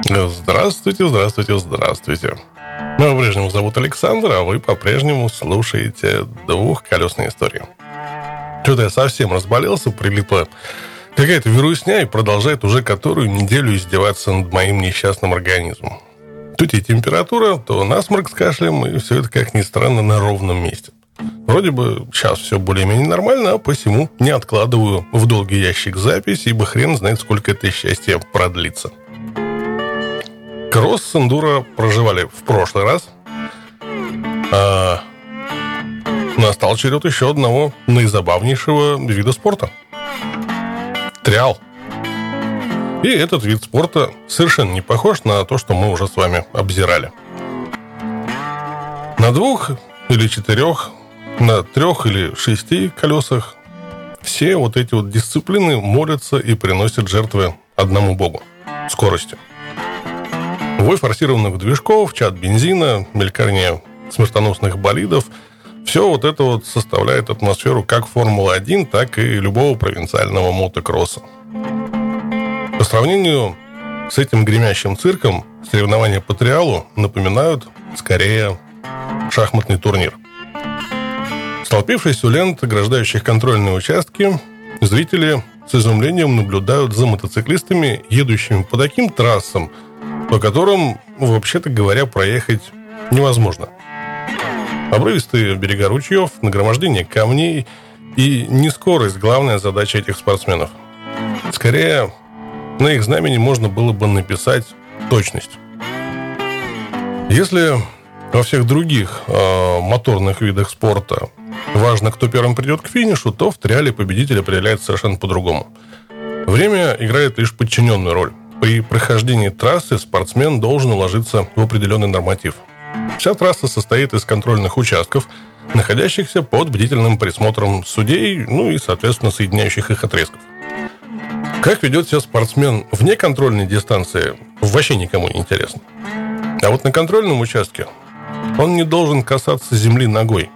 Здравствуйте, здравствуйте, здравствуйте. Меня по-прежнему зовут Александр, а вы по-прежнему слушаете «Двухколесные истории». Что-то я совсем разболелся, прилипла какая-то вирусня и продолжает уже которую неделю издеваться над моим несчастным организмом. Тут и температура, то насморк с кашлем, и все это, как ни странно, на ровном месте. Вроде бы сейчас все более-менее нормально, а посему не откладываю в долгий ящик запись, ибо хрен знает, сколько это счастье продлится. Кросс с эндуро проживали в прошлый раз. Настал черед еще одного наизабавнейшего вида спорта. Триал. И этот вид спорта совершенно не похож на то, что мы уже с вами обзирали. На 2 или 4, на 3 или 6 колесах все вот эти вот дисциплины молятся и приносят жертвы одному богу – скорости. Вой форсированных движков, чад бензина, мелькание смертоносных болидов – все вот это вот составляет атмосферу как Формулы-1, так и любого провинциального мотокросса. По сравнению с этим гремящим цирком, соревнования по триалу напоминают скорее шахматный турнир. Столпившись у лент, ограждающих контрольные участки, зрители с изумлением наблюдают за мотоциклистами, едущими по таким трассам, по которым, вообще-то говоря, проехать невозможно. Обрывистые берега ручьев, нагромождение камней и нескорость – главная задача этих спортсменов. Скорее, на их знамени можно было бы написать точность. Если во всех других моторных видах спорта важно, кто первым придет к финишу, то в триале победитель определяется совершенно по-другому. Время играет лишь подчиненную роль. При прохождении трассы спортсмен должен уложиться в определенный норматив. Вся трасса состоит из контрольных участков, находящихся под бдительным присмотром судей, ну и, соответственно, соединяющих их отрезков. Как ведет себя спортсмен вне контрольной дистанции, вообще никому не интересно. А вот на контрольном участке он не должен касаться земли ногой.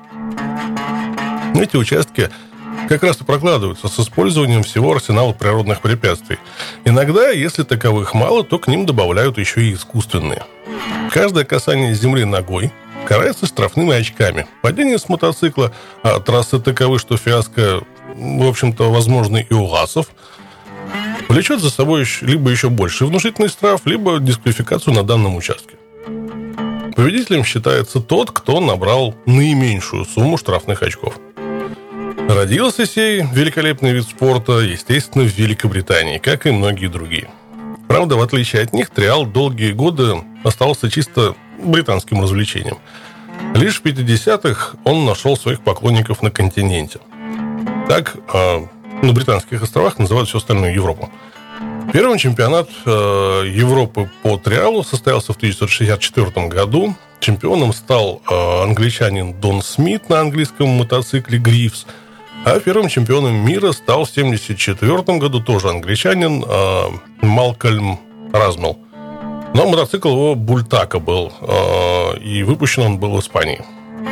Эти участки как раз и прокладываются с использованием всего арсенала природных препятствий. Иногда, если таковых мало, то к ним добавляют еще и искусственные. Каждое касание земли ногой карается штрафными очками. Падение с мотоцикла, а трассы таковы, что фиаско, в общем-то, возможно и у ласов, влечет за собой либо еще больший внушительный штраф, либо дисквалификацию на данном участке. Победителем считается тот, кто набрал наименьшую сумму штрафных очков. Родился сей великолепный вид спорта, естественно, в Великобритании, как и многие другие. Правда, в отличие от них, триал долгие годы остался чисто британским развлечением. Лишь в 50-х он нашел своих поклонников на континенте. Так, на Британских островах называют всю остальную Европу. Первый чемпионат Европы по триалу состоялся в 1964 году. Чемпионом стал англичанин Дон Смит на английском мотоцикле Грифс. А первым чемпионом мира стал в 1974 году тоже англичанин Малкольм Размел. Но мотоцикл его Бультака был, и выпущен он был в Испании.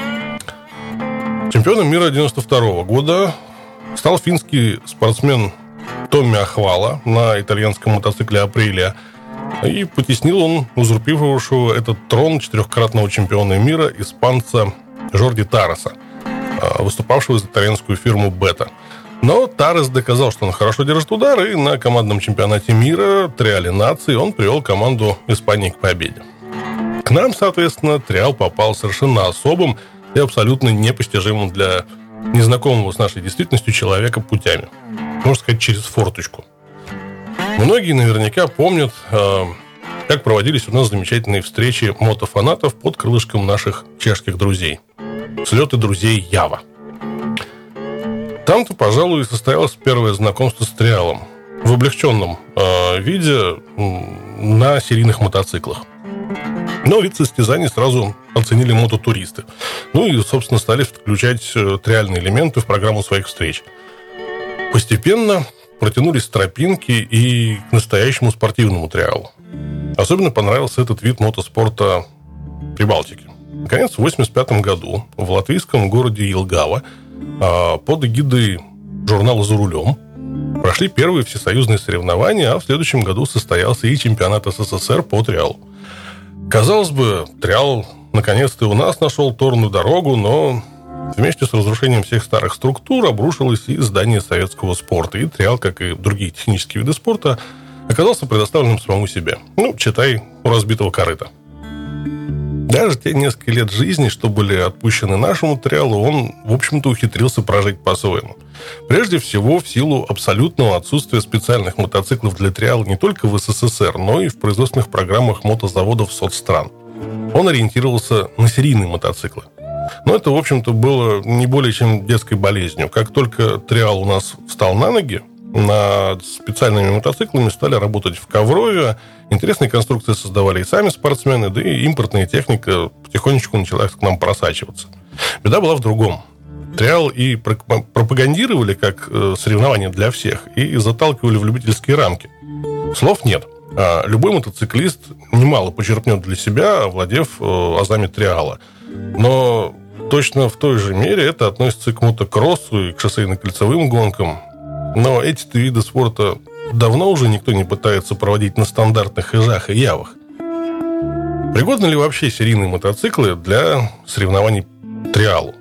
Чемпионом мира 1992 года стал финский спортсмен Томми Ахвала на итальянском мотоцикле Априлия. И потеснил он узурпировавшего этот трон 4-кратного чемпиона мира испанца Жорди Тареса, выступавшего за итальянскую фирму Бета. Но Тарес доказал, что он хорошо держит удар, и на командном чемпионате мира триале наций он привел команду Испании к победе. К нам, соответственно, триал попал совершенно особым и абсолютно непостижимым для незнакомого с нашей действительностью человека путями. Можно сказать, через форточку. Многие наверняка помнят, как проводились у нас замечательные встречи мотофанатов под крылышком наших чешских друзей. Слеты друзей Ява. Там-то, пожалуй, состоялось первое знакомство с триалом в облегченном виде на серийных мотоциклах. Но вид состязаний сразу оценили мототуристы. Ну и, собственно, стали включать триальные элементы в программу своих встреч. Постепенно протянулись тропинки и к настоящему спортивному триалу. Особенно понравился этот вид мотоспорта Прибалтики. Наконец, в 1985 году в латвийском городе Елгава под эгидой журнала «За рулем» Прошли первые всесоюзные соревнования, а в следующем году состоялся и чемпионат СССР по триалу. Казалось бы, триал наконец-то у нас нашел торную дорогу, но вместе с разрушением всех старых структур обрушилось и здание советского спорта. И триал, как и другие технические виды спорта, оказался предоставленным самому себе. Читай, у разбитого корыта. Даже те несколько лет жизни, что были отпущены нашему триалу, он, в общем-то, ухитрился прожить по-своему. Прежде всего, в силу абсолютного отсутствия специальных мотоциклов для триала не только в СССР, но и в производственных программах мотозаводов соцстран. Он ориентировался на серийные мотоциклы. Но это, в общем-то, было не более чем детской болезнью. Как только триал у нас встал на ноги, над специальными мотоциклами стали работать в Коврове. Интересные конструкции создавали и сами спортсмены, да и импортная техника потихонечку начала к нам просачиваться. Беда была в другом. Триал и пропагандировали как соревнование для всех, и заталкивали в любительские рамки. Слов нет. А любой мотоциклист немало почерпнет для себя, овладев азами триала. Но точно в той же мере это относится к мотокроссу и к шоссейно-кольцевым гонкам. Но эти-то виды спорта давно уже никто не пытается проводить на стандартных ижах и явах. Пригодны ли вообще серийные мотоциклы для соревнований триалу?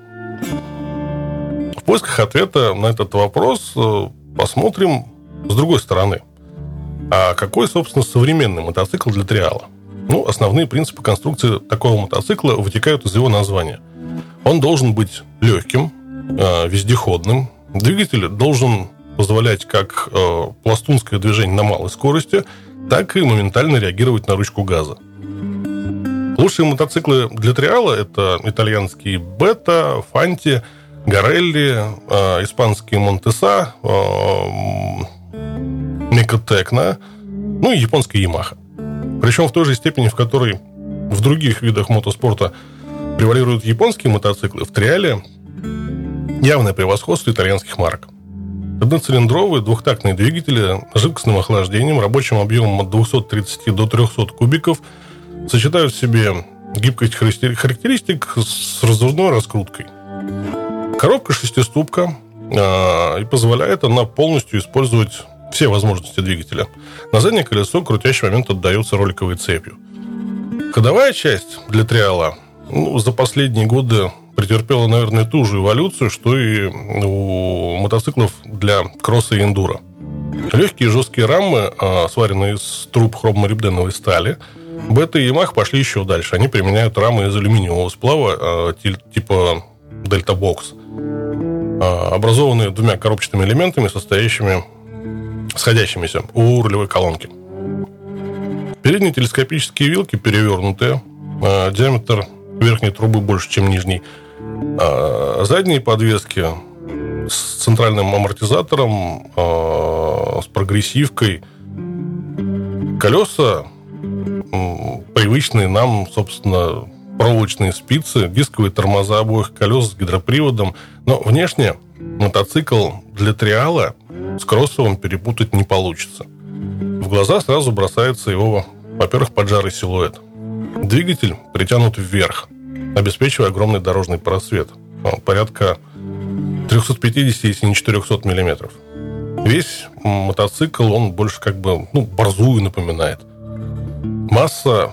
В поисках ответа на этот вопрос посмотрим с другой стороны. А какой, собственно, современный мотоцикл для триала? Основные принципы конструкции такого мотоцикла вытекают из его названия. Он должен быть легким, вездеходным. Двигатель должен позволять как пластунское движение на малой скорости, так и моментально реагировать на ручку газа. Лучшие мотоциклы для триала – это итальянские Бета, Фанти, Горелли, испанские Монтеса, Микотекна, и японская Ямаха. Причем в той же степени, в которой в других видах мотоспорта превалируют японские мотоциклы, в триале явное превосходство итальянских марок. Одноцилиндровые двухтактные двигатели с жидкостным охлаждением, рабочим объемом от 230 до 300 кубиков сочетают в себе гибкость характеристик с раздувной раскруткой. Коробка шестиступка, и позволяет она полностью использовать все возможности двигателя. На заднее колесо крутящий момент отдается роликовой цепью. Ходовая часть для триала за последние годы претерпела, наверное, ту же эволюцию, что и у мотоциклов для кросса и эндуро. Легкие жесткие рамы, сваренные из труб хромолибденовой стали. Бета и Ямах пошли еще дальше. Они применяют рамы из алюминиевого сплава типа Delta Box, образованные двумя коробчатыми элементами, сходящимися у рулевой колонки. Передние телескопические вилки перевернутые. Диаметр верхней трубы больше, чем нижней. Задние подвески с центральным амортизатором, с прогрессивкой. Колеса привычные нам, собственно, проволочные спицы, дисковые тормоза обоих колес с гидроприводом. Но внешне мотоцикл для триала с кроссовым перепутать не получится. В глаза сразу бросается его, во-первых, поджарый силуэт. Двигатель притянут вверх, обеспечивая огромный дорожный просвет. Порядка 350, если не 400 миллиметров. Весь мотоцикл, он больше борзую напоминает. Масса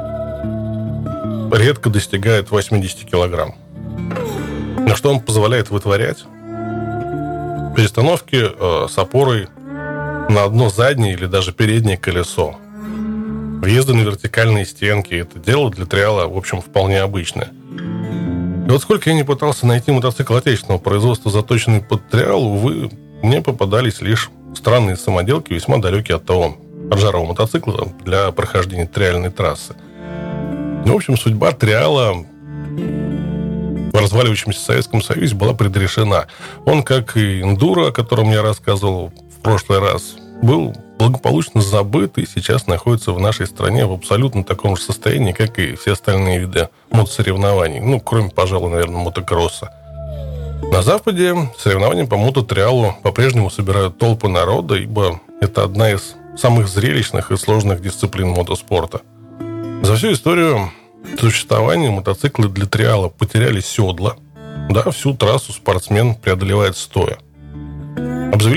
редко достигает 80 килограмм. На что он позволяет вытворять? Перестановки с опорой на одно заднее или даже переднее колесо. Въезды на вертикальные стенки. Это дело для триала, в общем, вполне обычное. И вот сколько я не пытался найти мотоцикл отечественного производства, заточенный под триал, увы, мне попадались лишь странные самоделки, весьма далекие от того ржавого мотоцикла для прохождения триальной трассы. В общем, судьба триала в разваливающемся Советском Союзе была предрешена. Он, как и эндуро, о котором я рассказывал в прошлый раз, был благополучно забыт и сейчас находится в нашей стране в абсолютно таком же состоянии, как и все остальные виды мотосоревнований. Кроме, пожалуй, наверное, мотокросса. На Западе соревнования по мототриалу по-прежнему собирают толпы народа, ибо это одна из самых зрелищных и сложных дисциплин мотоспорта. За всю историю существования мотоциклы для триала потеряли седла. Всю трассу спортсмен преодолевает стоя. Обзавелись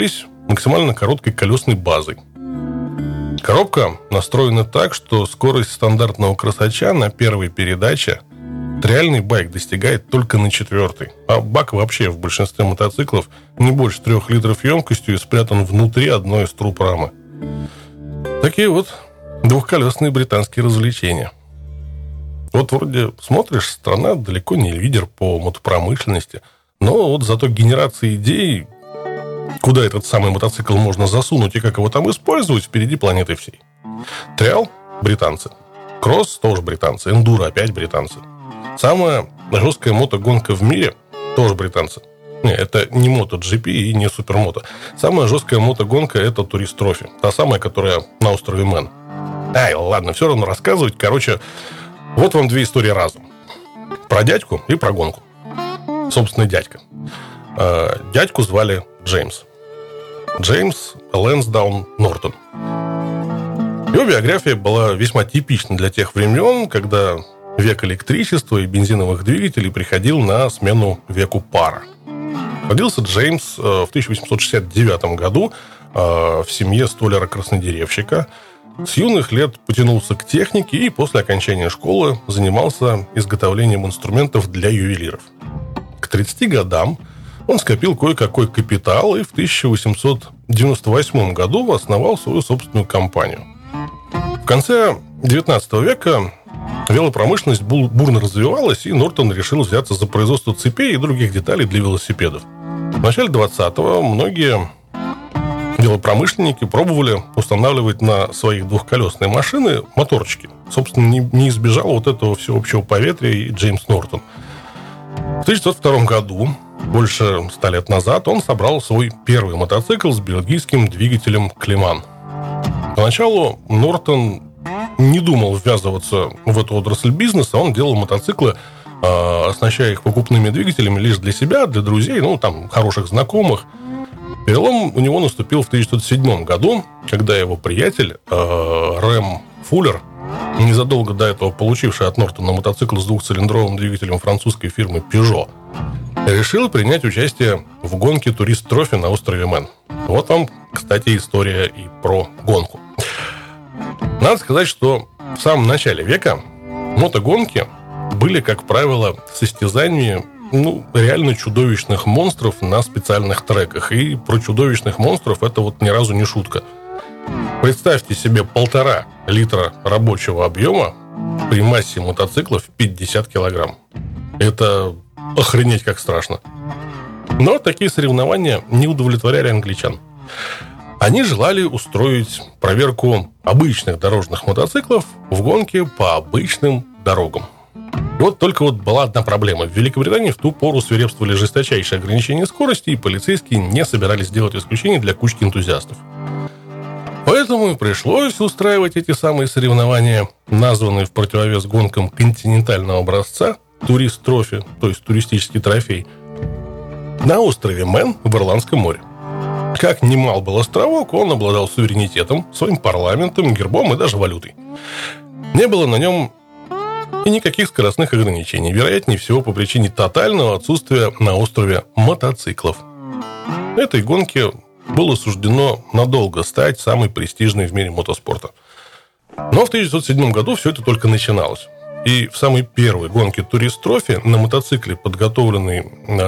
максимально короткой колесной базой. Коробка настроена так, что скорость стандартного красача на первой передаче реальный байк достигает только на 4-й. А бак вообще в большинстве мотоциклов не больше 3 литров емкостью и спрятан внутри одной из труб рамы. Такие вот двухколесные британские развлечения. Вот вроде смотришь, страна далеко не лидер по мотопромышленности, но вот зато генерация идей, куда этот самый мотоцикл можно засунуть и как его там использовать, впереди планеты всей. Триал – британцы. Кросс – тоже британцы. Эндуро – опять британцы. Самая жесткая мотогонка в мире – тоже британцы. Не, это не MotoGP и не Супермото. Самая жесткая мотогонка – это Турист Трофи. Та самая, которая на острове Мэн. Ай, ладно, все равно рассказывать. Короче, вот вам 2 истории разом. Про дядьку и про гонку. Собственно, дядька. Дядьку звали Джеймс. Джеймс Лэнсдаун Нортон. Его биография была весьма типична для тех времен, когда век электричества и бензиновых двигателей приходил на смену веку пара. Родился Джеймс в 1869 году в семье столяра-краснодеревщика. С юных лет потянулся к технике и после окончания школы занимался изготовлением инструментов для ювелиров. К 30 годам он скопил кое-какой капитал и в 1898 году основал свою собственную компанию. В конце 19 века велопромышленность бурно развивалась, и Нортон решил взяться за производство цепей и других деталей для велосипедов. В начале 20-го многие велопромышленники пробовали устанавливать на своих двухколесные машины моторчики. Собственно, не избежал вот этого всеобщего поветрия и Джеймс Нортон. В 1902 году, больше 100 лет назад, он собрал свой первый мотоцикл с бельгийским двигателем Клеман. Поначалу Нортон не думал ввязываться в эту отрасль бизнеса. Он делал мотоциклы, оснащая их покупными двигателями лишь для себя, для друзей, хороших знакомых. Перелом у него наступил в 1907 году, когда его приятель Рэм Фуллер, незадолго до этого получивший от Нортона мотоцикл с двухцилиндровым двигателем французской фирмы Peugeot, решил принять участие в гонке Турист Трофи на острове Мэн. Вот вам, кстати, история и про гонку. Надо сказать, что в самом начале века мотогонки были, как правило, состязаниями реально чудовищных монстров на специальных треках. И про чудовищных монстров это вот ни разу не шутка. Представьте себе 1,5 литра рабочего объема при массе мотоцикла в 50 килограмм. Это охренеть как страшно. Но такие соревнования не удовлетворяли англичан. Они желали устроить проверку обычных дорожных мотоциклов в гонке по обычным дорогам. И вот только была одна проблема. В Великобритании в ту пору свирепствовали жесточайшие ограничения скорости, и полицейские не собирались делать исключения для кучки энтузиастов. Поэтому пришлось устраивать эти самые соревнования, названные в противовес гонкам континентального образца Турист Трофи, то есть туристический трофей, на острове Мэн в Ирландском море. Как немал был островок, он обладал суверенитетом, своим парламентом, гербом и даже валютой. Не было на нем и никаких скоростных ограничений, вероятнее всего по причине тотального отсутствия на острове мотоциклов. Этой гонке было суждено надолго стать самой престижной в мире мотоспорта. Но в 1907 году все это только начиналось. И в самой первой гонке Турист Трофи на мотоцикле, подготовленный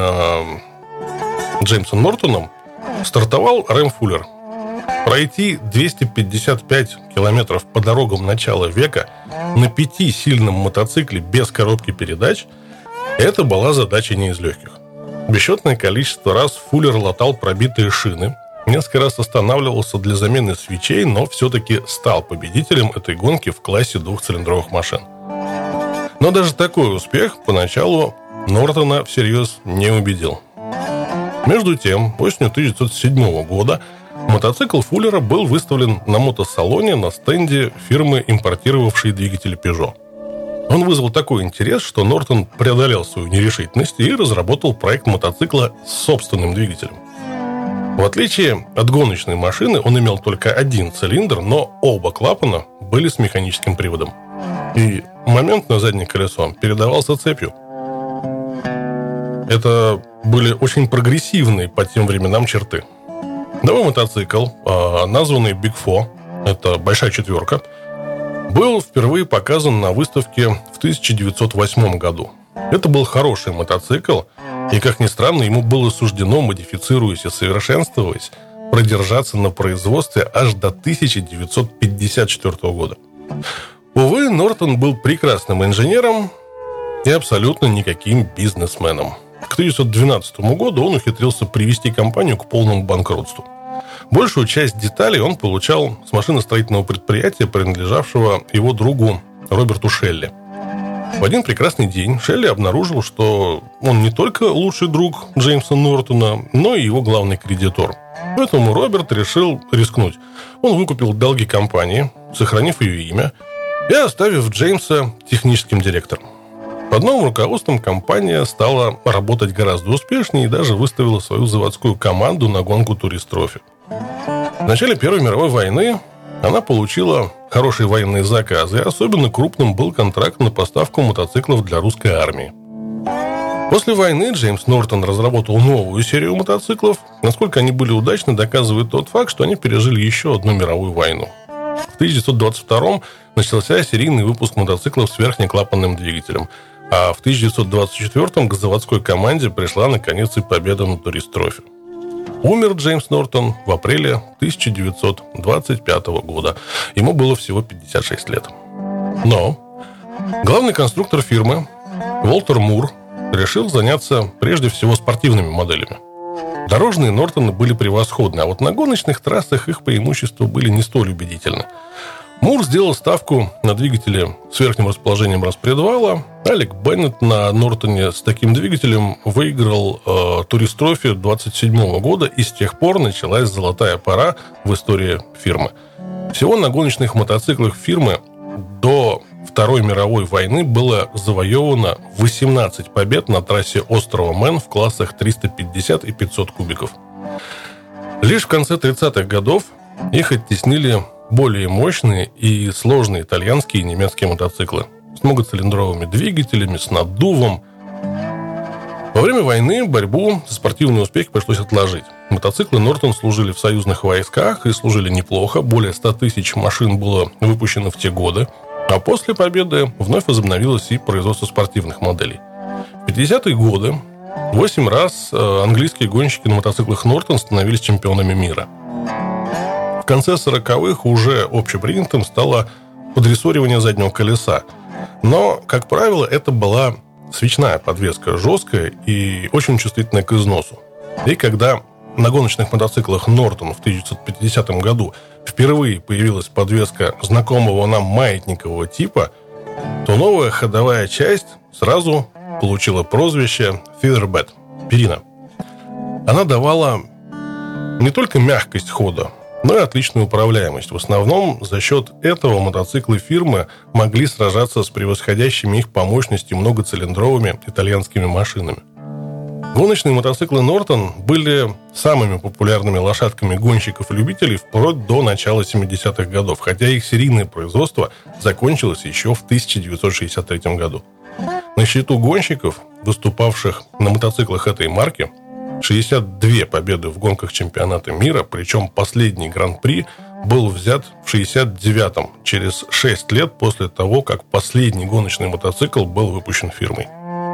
Джеймсом Нортоном, стартовал Рэм Фуллер. Пройти 255 километров по дорогам начала века на 5-сильном мотоцикле без коробки передач – это была задача не из легких. Бесчетное количество раз Фуллер латал пробитые шины, несколько раз останавливался для замены свечей, но все-таки стал победителем этой гонки в классе двухцилиндровых машин. Но даже такой успех поначалу Нортона всерьез не убедил. Между тем, осенью 1907 года мотоцикл Фуллера был выставлен на мотосалоне на стенде фирмы, импортировавшей двигатель Peugeot. Он вызвал такой интерес, что Нортон преодолел свою нерешительность и разработал проект мотоцикла с собственным двигателем. В отличие от гоночной машины, он имел только один цилиндр, но оба клапана были с механическим приводом. И момент на заднее колесо передавался цепью. Это были очень прогрессивные по тем временам черты. Новый мотоцикл, названный Big Four, это большая четверка, был впервые показан на выставке в 1908 году. Это был хороший мотоцикл, и, как ни странно, ему было суждено, модифицируясь и совершенствуясь, продержаться на производстве аж до 1954 года. Увы, Нортон был прекрасным инженером и абсолютно никаким бизнесменом. К 1912 году он ухитрился привести компанию к полному банкротству. Большую часть деталей он получал с машиностроительного предприятия, принадлежавшего его другу Роберту Шелли. В один прекрасный день Шелли обнаружил, что он не только лучший друг Джеймса Нортона, но и его главный кредитор. Поэтому Роберт решил рискнуть. Он выкупил долги компании, сохранив ее имя, и оставив Джеймса техническим директором. Под новым руководством компания стала работать гораздо успешнее и даже выставила свою заводскую команду на гонку турист-трофи. В начале Первой мировой войны она получила хорошие военные заказы, и особенно крупным был контракт на поставку мотоциклов для русской армии. После войны Джеймс Нортон разработал новую серию мотоциклов. Насколько они были удачны, доказывает тот факт, что они пережили еще одну мировую войну. В 1922 начался серийный выпуск мотоциклов с верхнеклапанным двигателем, а в 1924 к заводской команде пришла, наконец, и победа на турист-трофи. Умер Джеймс Нортон в апреле 1925 года. Ему было всего 56 лет. Но главный конструктор фирмы Уолтер Мур решил заняться прежде всего спортивными моделями. Дорожные Нортоны были превосходны, а вот на гоночных трассах их преимущества были не столь убедительны. Мур сделал ставку на двигатели с верхним расположением распредвала. Алек Беннет на Нортоне с таким двигателем выиграл турист-трофи 1927 года, и с тех пор началась золотая пора в истории фирмы. Всего на гоночных мотоциклах фирмы до Второй мировой войны было завоевано 18 побед на трассе острова Мэн в классах 350 и 500 кубиков. Лишь в конце 30-х годов их оттеснили более мощные и сложные итальянские и немецкие мотоциклы с многоцилиндровыми двигателями, с наддувом. Во время войны борьбу за спортивный успех пришлось отложить. Мотоциклы Нортон служили в союзных войсках и служили неплохо. Более 100 тысяч машин было выпущено в те годы. А после победы вновь возобновилось и производство спортивных моделей. В 50-е годы 8 раз английские гонщики на мотоциклах Нортон становились чемпионами мира. В конце 40-х уже общепринятым стало подрессоривание заднего колеса. Но, как правило, это была свечная подвеска, жесткая и очень чувствительная к износу. И когда на гоночных мотоциклах Нортон в 1950 году впервые появилась подвеска знакомого нам маятникового типа, то новая ходовая часть сразу получила прозвище Featherbed – перина. Она давала не только мягкость хода, но и отличную управляемость. В основном за счет этого мотоциклы фирмы могли сражаться с превосходящими их по мощности многоцилиндровыми итальянскими машинами. Гоночные мотоциклы Нортон были самыми популярными лошадками гонщиков и любителей вплоть до начала 70-х годов, хотя их серийное производство закончилось еще в 1963 году. На счету гонщиков, выступавших на мотоциклах этой марки, 62 победы в гонках чемпионата мира, причем последний гран-при был взят в 69-м, через 6 лет после того, как последний гоночный мотоцикл был выпущен фирмой.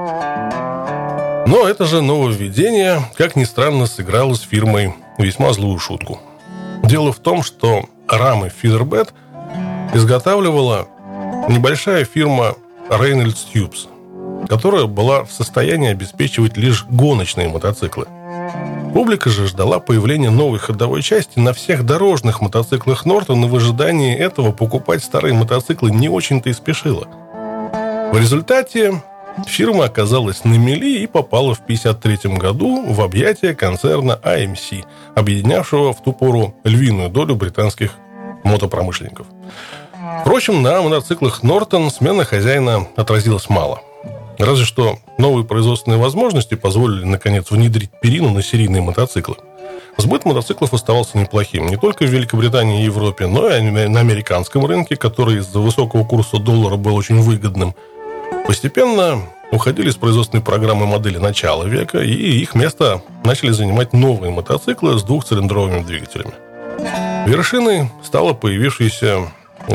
Но это же нововведение, как ни странно, сыграло с фирмой весьма злую шутку. Дело в том, что рамы Featherbed изготавливала небольшая фирма Reynolds Tubes, которая была в состоянии обеспечивать лишь гоночные мотоциклы. Публика же ждала появления новой ходовой части на всех дорожных мотоциклах Нортон, и в ожидании этого покупать старые мотоциклы не очень-то и спешила. В результате фирма оказалась на мели и попала в 1953 году в объятия концерна AMC, объединявшего в ту пору львиную долю британских мотопромышленников. Впрочем, на мотоциклах Нортон смена хозяина отразилась мало. Разве что новые производственные возможности позволили, наконец, внедрить перину на серийные мотоциклы. Сбыт мотоциклов оставался неплохим не только в Великобритании и Европе, но и на американском рынке, который из-за высокого курса доллара был очень выгодным. Постепенно уходили с производственной программы модели начала века, и их место начали занимать новые мотоциклы с двухцилиндровыми двигателями. Вершиной стала появившаяся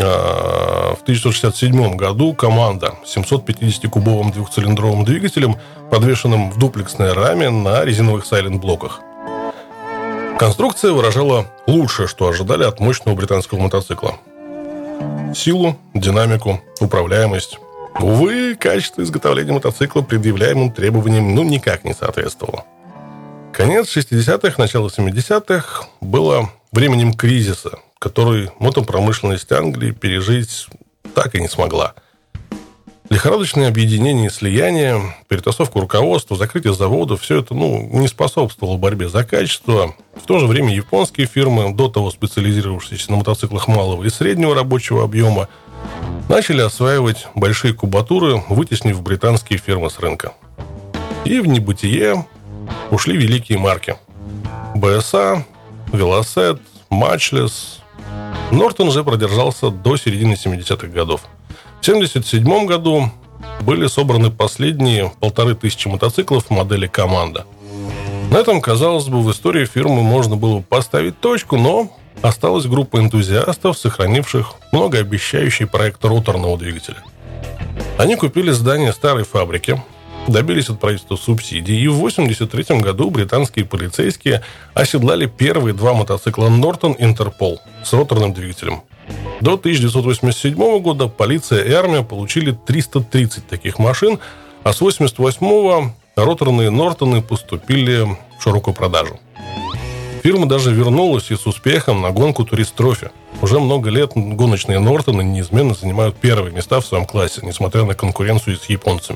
в 1967 году команда с 750-кубовым двухцилиндровым двигателем, подвешенным в дуплексной раме на резиновых сайлент-блоках. Конструкция выражала лучшее, что ожидали от мощного британского мотоцикла. Силу, динамику, управляемость. Увы, качество изготовления мотоцикла предъявляемым требованиям никак не соответствовало. Конец 60-х, начало 70-х было временем кризиса, который мотопромышленность Англии пережить так и не смогла. Лихорадочное объединение и слияние, перетасовка руководства, закрытие заводов – все это не способствовало борьбе за качество. В то же время японские фирмы, до того специализировавшиеся на мотоциклах малого и среднего рабочего объема, начали осваивать большие кубатуры, вытеснив британские фирмы с рынка. И в небытие ушли великие марки. BSA, Velocet, Matchless. Нортон же продержался до середины 70-х годов. В 1977 году были собраны последние 1500 мотоциклов модели «Команда». На этом, казалось бы, в истории фирмы можно было поставить точку, но осталась группа энтузиастов, сохранивших многообещающий проект роторного двигателя. Они купили здание старой фабрики, добились от правительства субсидий, и в 1983 году британские полицейские оседлали первые два мотоцикла Norton Interpol с роторным двигателем. До 1987 года полиция и армия получили 330 таких машин, а с 1988-го роторные Нортоны поступили в широкую продажу. Фирма даже вернулась и с успехом на гонку турист-трофи. Уже много лет гоночные Нортоны неизменно занимают первые места в своем классе, несмотря на конкуренцию с японцами.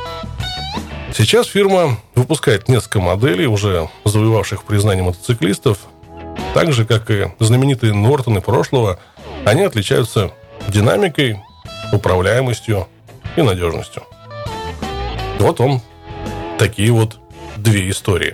Сейчас фирма выпускает несколько моделей, уже завоевавших признание мотоциклистов. Так же, как и знаменитые Нортоны прошлого, они отличаются динамикой, управляемостью и надежностью. Вот вам такие вот две истории.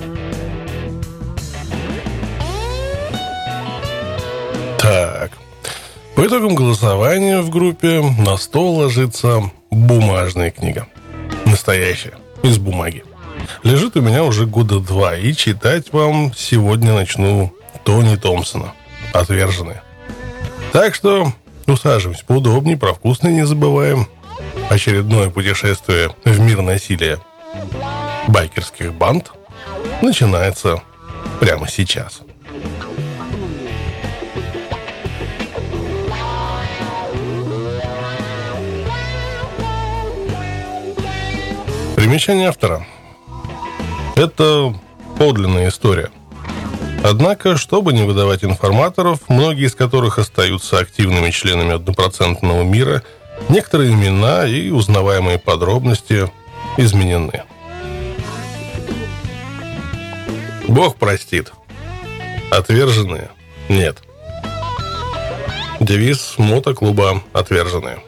Так, по итогам голосования в группе на стол ложится бумажная книга. Настоящая, из бумаги. Лежит у меня уже года 2, и читать вам сегодня начну Тони Томпсона «Отверженные». Так что усаживаемся поудобнее, про вкусное не забываем. Очередное путешествие в мир насилия байкерских банд начинается прямо сейчас. Примечание автора. Это подлинная история. Однако, чтобы не выдавать информаторов, многие из которых остаются активными членами однопроцентного мира, некоторые имена и узнаваемые подробности изменены. Бог простит. Отверженные – нет. Девиз мотоклуба «Отверженные».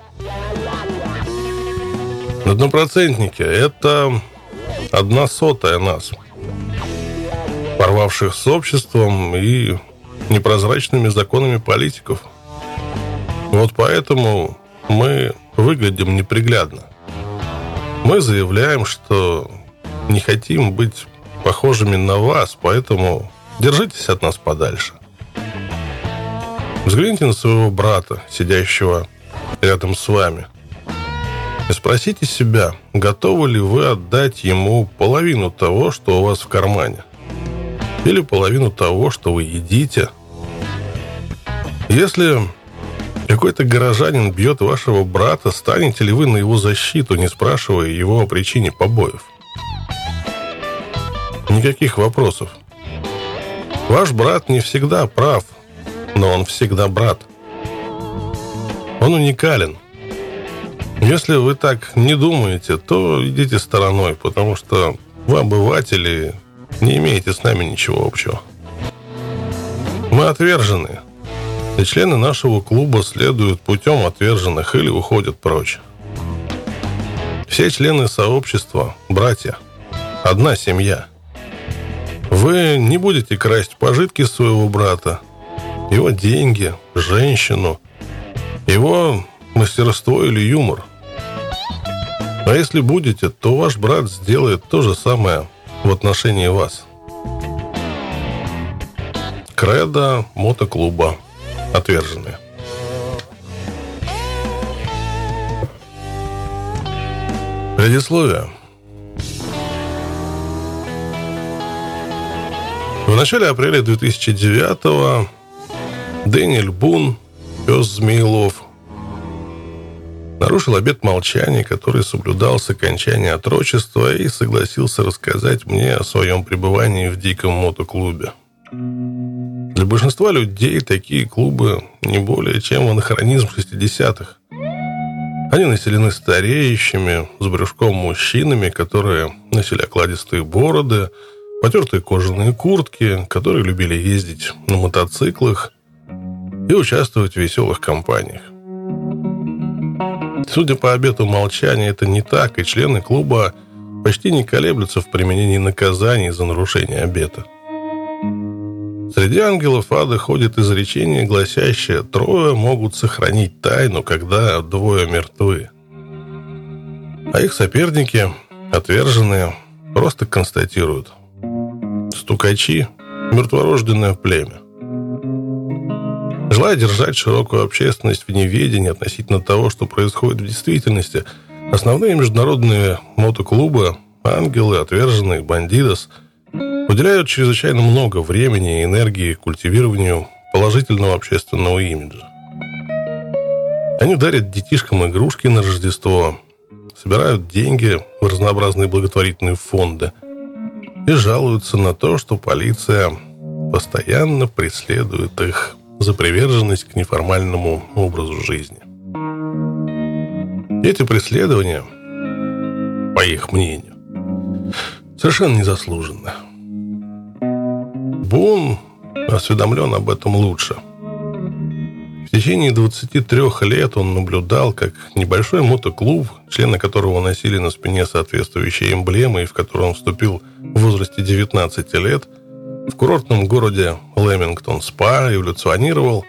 Однопроцентники – это 1/100 нас, порвавших с обществом и непрозрачными законами политиков. Вот поэтому мы выглядим неприглядно. Мы заявляем, что не хотим быть похожими на вас, поэтому держитесь от нас подальше. Взгляните на своего брата, сидящего рядом с вами, и спросите себя, готовы ли вы отдать ему половину того, что у вас в кармане, или половину того, что вы едите. Если какой-то горожанин бьет вашего брата, станете ли вы на его защиту, не спрашивая его о причине побоев? Никаких вопросов. Ваш брат не всегда прав, но он всегда брат. Он уникален. Если вы так не думаете, то идите стороной, потому что вы обыватели, не имеете с нами ничего общего. Мы отверженные, и члены нашего клуба следуют путем отверженных или уходят прочь. Все члены сообщества – братья, одна семья. Вы не будете красть пожитки своего брата, его деньги, женщину, его мастерство или юмор. А если будете, то ваш брат сделает то же самое в отношении вас. Кредо мотоклуба «Отверженные». Предисловие. В начале апреля 2009-го Дэниэль Бун, пес Змеелов, нарушил обет молчания, который соблюдал с окончания отрочества, и согласился рассказать мне о своем пребывании в диком мотоклубе. Для большинства людей такие клубы не более чем анахронизм 60-х. Они населены стареющими, с брюшком мужчинами, которые носили окладистые бороды, потертые кожаные куртки, которые любили ездить на мотоциклах и участвовать в веселых компаниях. Судя по обету молчания, это не так, и члены клуба почти не колеблются в применении наказаний за нарушение обета. Среди ангелов ада ходит изречение, гласящее: «Трое могут сохранить тайну, когда двое мертвы». А их соперники, отверженные, просто констатируют: стукачи – мертворожденное племя. Желая держать широкую общественность в неведении относительно того, что происходит в действительности, основные международные мотоклубы «Ангелы», «Отверженные», «Бандидос» уделяют чрезвычайно много времени и энергии культивированию положительного общественного имиджа. Они дарят детишкам игрушки на Рождество, собирают деньги в разнообразные благотворительные фонды и жалуются на то, что полиция постоянно преследует их за приверженность к неформальному образу жизни. Эти преследования, по их мнению, совершенно незаслуженно. Бун осведомлен об этом лучше. В течение 23 лет он наблюдал, как небольшой мотоклуб, члены которого носили на спине соответствующие эмблемы и в который он вступил в возрасте 19 лет, в курортном городе Лемингтон-Спа эволюционировал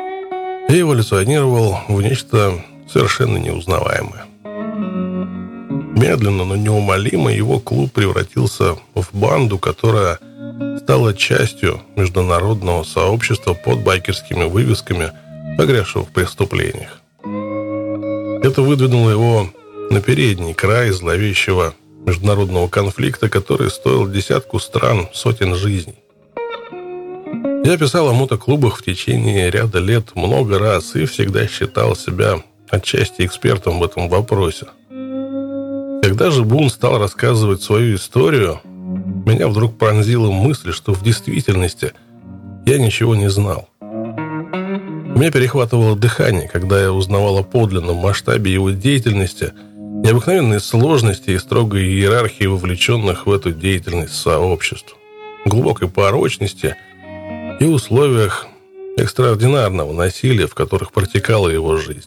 в нечто совершенно неузнаваемое. Медленно, но неумолимо его клуб превратился в банду, которая стала частью международного сообщества под байкерскими вывесками, погрязшего в преступлениях. Это выдвинуло его на передний край зловещего международного конфликта, который стоил десятку стран сотен жизней. Я писал о мотоклубах в течение ряда лет много раз и всегда считал себя отчасти экспертом в этом вопросе. Когда же Бун стал рассказывать свою историю, меня вдруг пронзила мысль, что в действительности я ничего не знал. У меня перехватывало дыхание, когда я узнавал о подлинном масштабе его деятельности, необыкновенной сложности и строгой иерархии вовлеченных в эту деятельность сообществ, глубокой порочности и условиях экстраординарного насилия, в которых протекала его жизнь.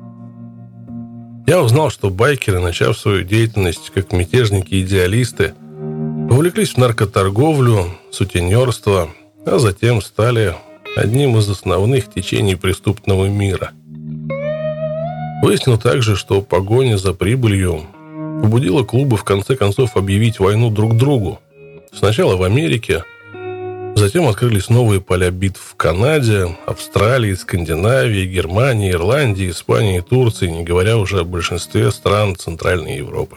Я узнал, что байкеры, начав свою деятельность как мятежники-идеалисты, увлеклись в наркоторговлю, сутенерство, а затем стали одним из основных течений преступного мира. Выяснил также, что погоня за прибылью побудила клубы в конце концов объявить войну друг другу. Сначала в Америке, затем открылись новые поля битв в Канаде, Австралии, Скандинавии, Германии, Ирландии, Испании и Турции, не говоря уже о большинстве стран Центральной Европы.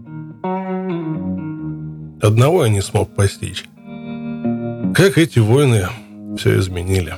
Одного я не смог постичь: как эти войны все изменили.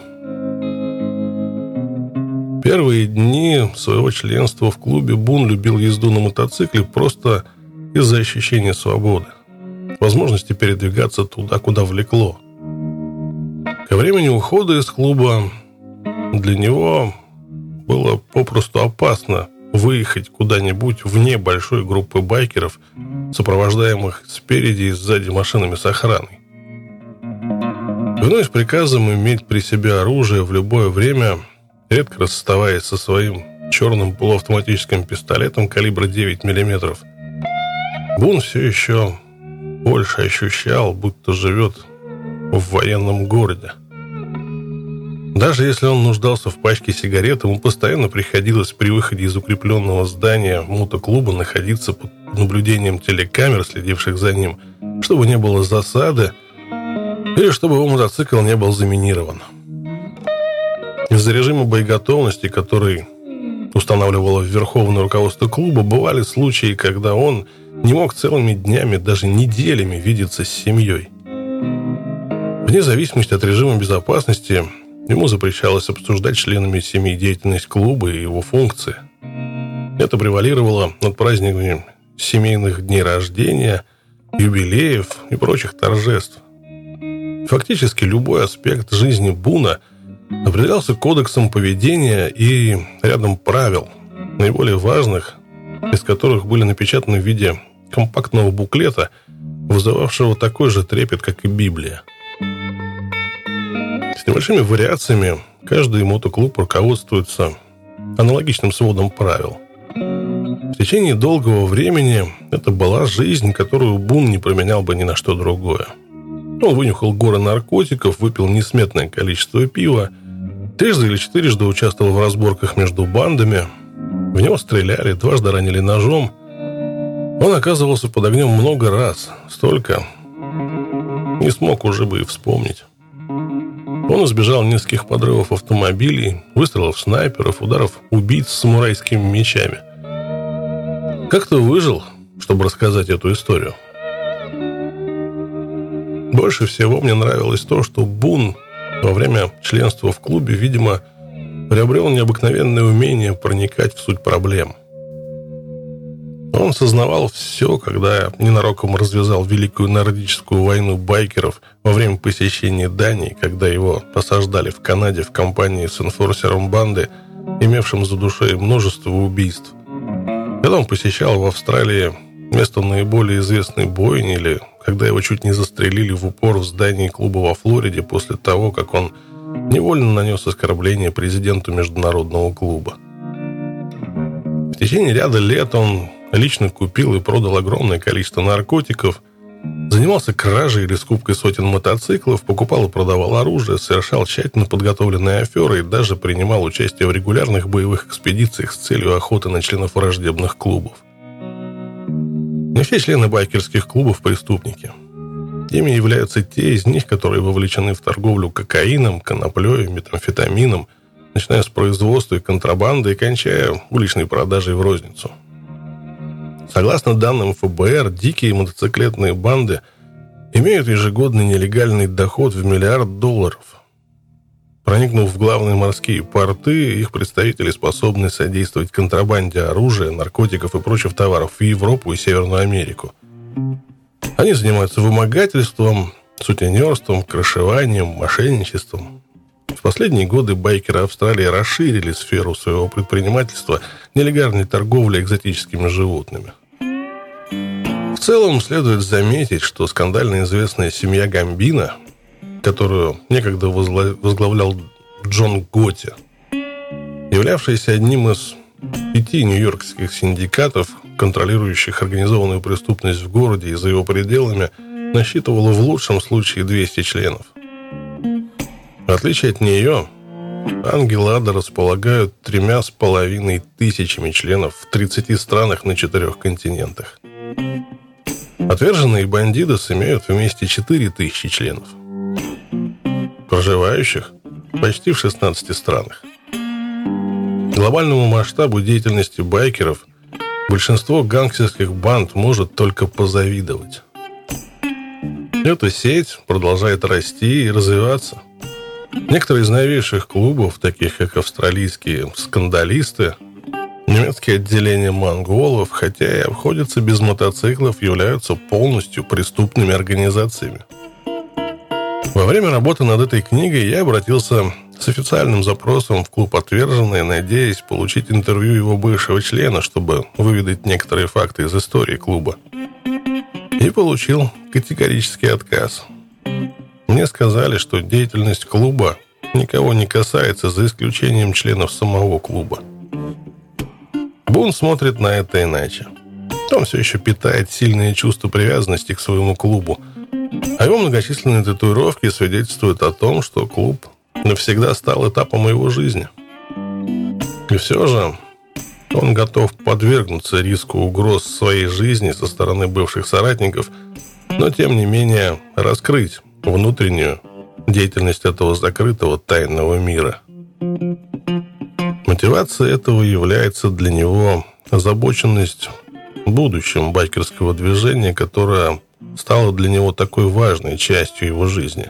Первые дни своего членства в клубе Бун любил езду на мотоцикле просто из-за ощущения свободы, возможности передвигаться туда, куда влекло. Ко времени ухода из клуба для него было попросту опасно выехать куда-нибудь вне большой группы байкеров, сопровождаемых спереди и сзади машинами с охраной. Повинуясь приказам иметь при себе оружие в любое время, редко расставаясь со своим черным полуавтоматическим пистолетом калибра 9 мм, Бун все еще больше ощущал, будто живет в военном городе. Даже если он нуждался в пачке сигарет, ему постоянно приходилось при выходе из укрепленного здания мотоклуба находиться под наблюдением телекамер, следивших за ним, чтобы не было засады или чтобы его мотоцикл не был заминирован. Из-за режима боеготовности, который устанавливало верховное руководство клуба, бывали случаи, когда он не мог целыми днями, даже неделями видеться с семьей. Вне зависимости от режима безопасности, ему запрещалось обсуждать с членами семьи деятельность клуба и его функции. Это превалировало над праздниками семейных дней рождения, юбилеев и прочих торжеств. Фактически любой аспект жизни Буна определялся кодексом поведения и рядом правил, наиболее важных из которых были напечатаны в виде компактного буклета, вызывавшего такой же трепет, как и Библия. С небольшими вариациями каждый мотоклуб руководствуется аналогичным сводом правил. В течение долгого времени это была жизнь, которую Бун не променял бы ни на что другое. Он вынюхал горы наркотиков, выпил несметное количество пива, трижды или четырежды участвовал в разборках между бандами, в него стреляли, дважды ранили ножом. Он оказывался под огнем много раз, столько не смог уже бы и вспомнить. Он избежал нескольких подрывов автомобилей, выстрелов снайперов, ударов убийц с самурайскими мечами. Как-то выжил, чтобы рассказать эту историю. Больше всего мне нравилось то, что Бун во время членства в клубе, видимо, приобрел необыкновенное умение проникать в суть проблем. Он сознавал все, когда ненароком развязал Великую Нордическую войну байкеров во время посещения Дании, когда его осаждали в Канаде в компании с энфорсером банды, имевшим за душой множество убийств. Когда он посещал в Австралии место наиболее известной бойни, или когда его чуть не застрелили в упор в здании клуба во Флориде после того, как он невольно нанес оскорбление президенту международного клуба. В течение ряда лет он лично купил и продал огромное количество наркотиков, занимался кражей или скупкой сотен мотоциклов, покупал и продавал оружие, совершал тщательно подготовленные аферы и даже принимал участие в регулярных боевых экспедициях с целью охоты на членов враждебных клубов. Не все члены байкерских клубов преступники. Ими являются те из них, которые вовлечены в торговлю кокаином, коноплей, метамфетамином, начиная с производства и контрабанды и кончая уличной продажей в розницу. Согласно данным ФБР, дикие мотоциклетные банды имеют ежегодный нелегальный доход в $1 миллиард. Проникнув в главные морские порты, их представители способны содействовать контрабанде оружия, наркотиков и прочих товаров в Европу и Северную Америку. Они занимаются вымогательством, сутенерством, крышеванием, мошенничеством. В последние годы байкеры Австралии расширили сферу своего предпринимательства нелегальной торговли экзотическими животными. В целом, следует заметить, что скандально известная семья Гамбино, которую некогда возглавлял Джон Готти, являвшаяся одним из 5 нью-йоркских синдикатов, контролирующих организованную преступность в городе и за его пределами, насчитывала в лучшем случае 200 членов. В отличие от нее, ангелы ада располагают 3,5 тысячами членов в 30 странах на 4 континентах. Отверженные бандидос имеют вместе 4000 членов, проживающих почти в 16 странах. Глобальному масштабу деятельности байкеров большинство гангстерских банд может только позавидовать. Эта сеть продолжает расти и развиваться. Некоторые из новейших клубов, таких как австралийские скандалисты, немецкие отделения монголов, хотя и обходятся без мотоциклов, являются полностью преступными организациями. Во время работы над этой книгой я обратился с официальным запросом в клуб «Отверженные», надеясь получить интервью его бывшего члена, чтобы выведать некоторые факты из истории клуба. И получил категорический отказ. Мне сказали, что деятельность клуба никого не касается, за исключением членов самого клуба. Бун смотрит на это иначе. Он все еще питает сильные чувства привязанности к своему клубу, а его многочисленные татуировки свидетельствуют о том, что клуб навсегда стал этапом его жизни. И все же он готов подвергнуться риску угроз своей жизни со стороны бывших соратников, но тем не менее раскрыть внутреннюю деятельность этого закрытого тайного мира. Мотивацией этого является для него озабоченность будущим байкерского движения, которое стало для него такой важной частью его жизни.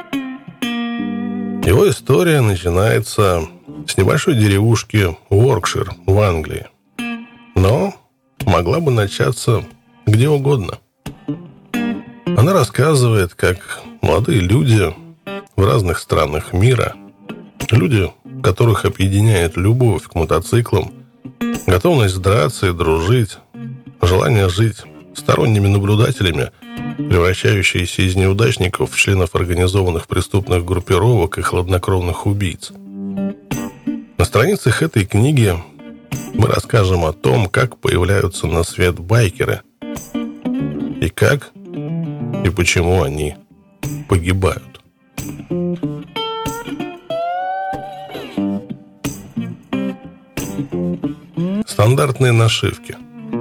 Его история начинается с небольшой деревушки Уоркшир в Англии, но могла бы начаться где угодно. Она рассказывает, как молодые люди в разных странах мира, люди, которых объединяет любовь к мотоциклам, готовность драться и дружить, желание жить сторонними наблюдателями, превращающиеся из неудачников в членов организованных преступных группировок и хладнокровных убийц. На страницах этой книги мы расскажем о том, как появляются на свет байкеры и как и почему они погибают. Стандартные нашивки.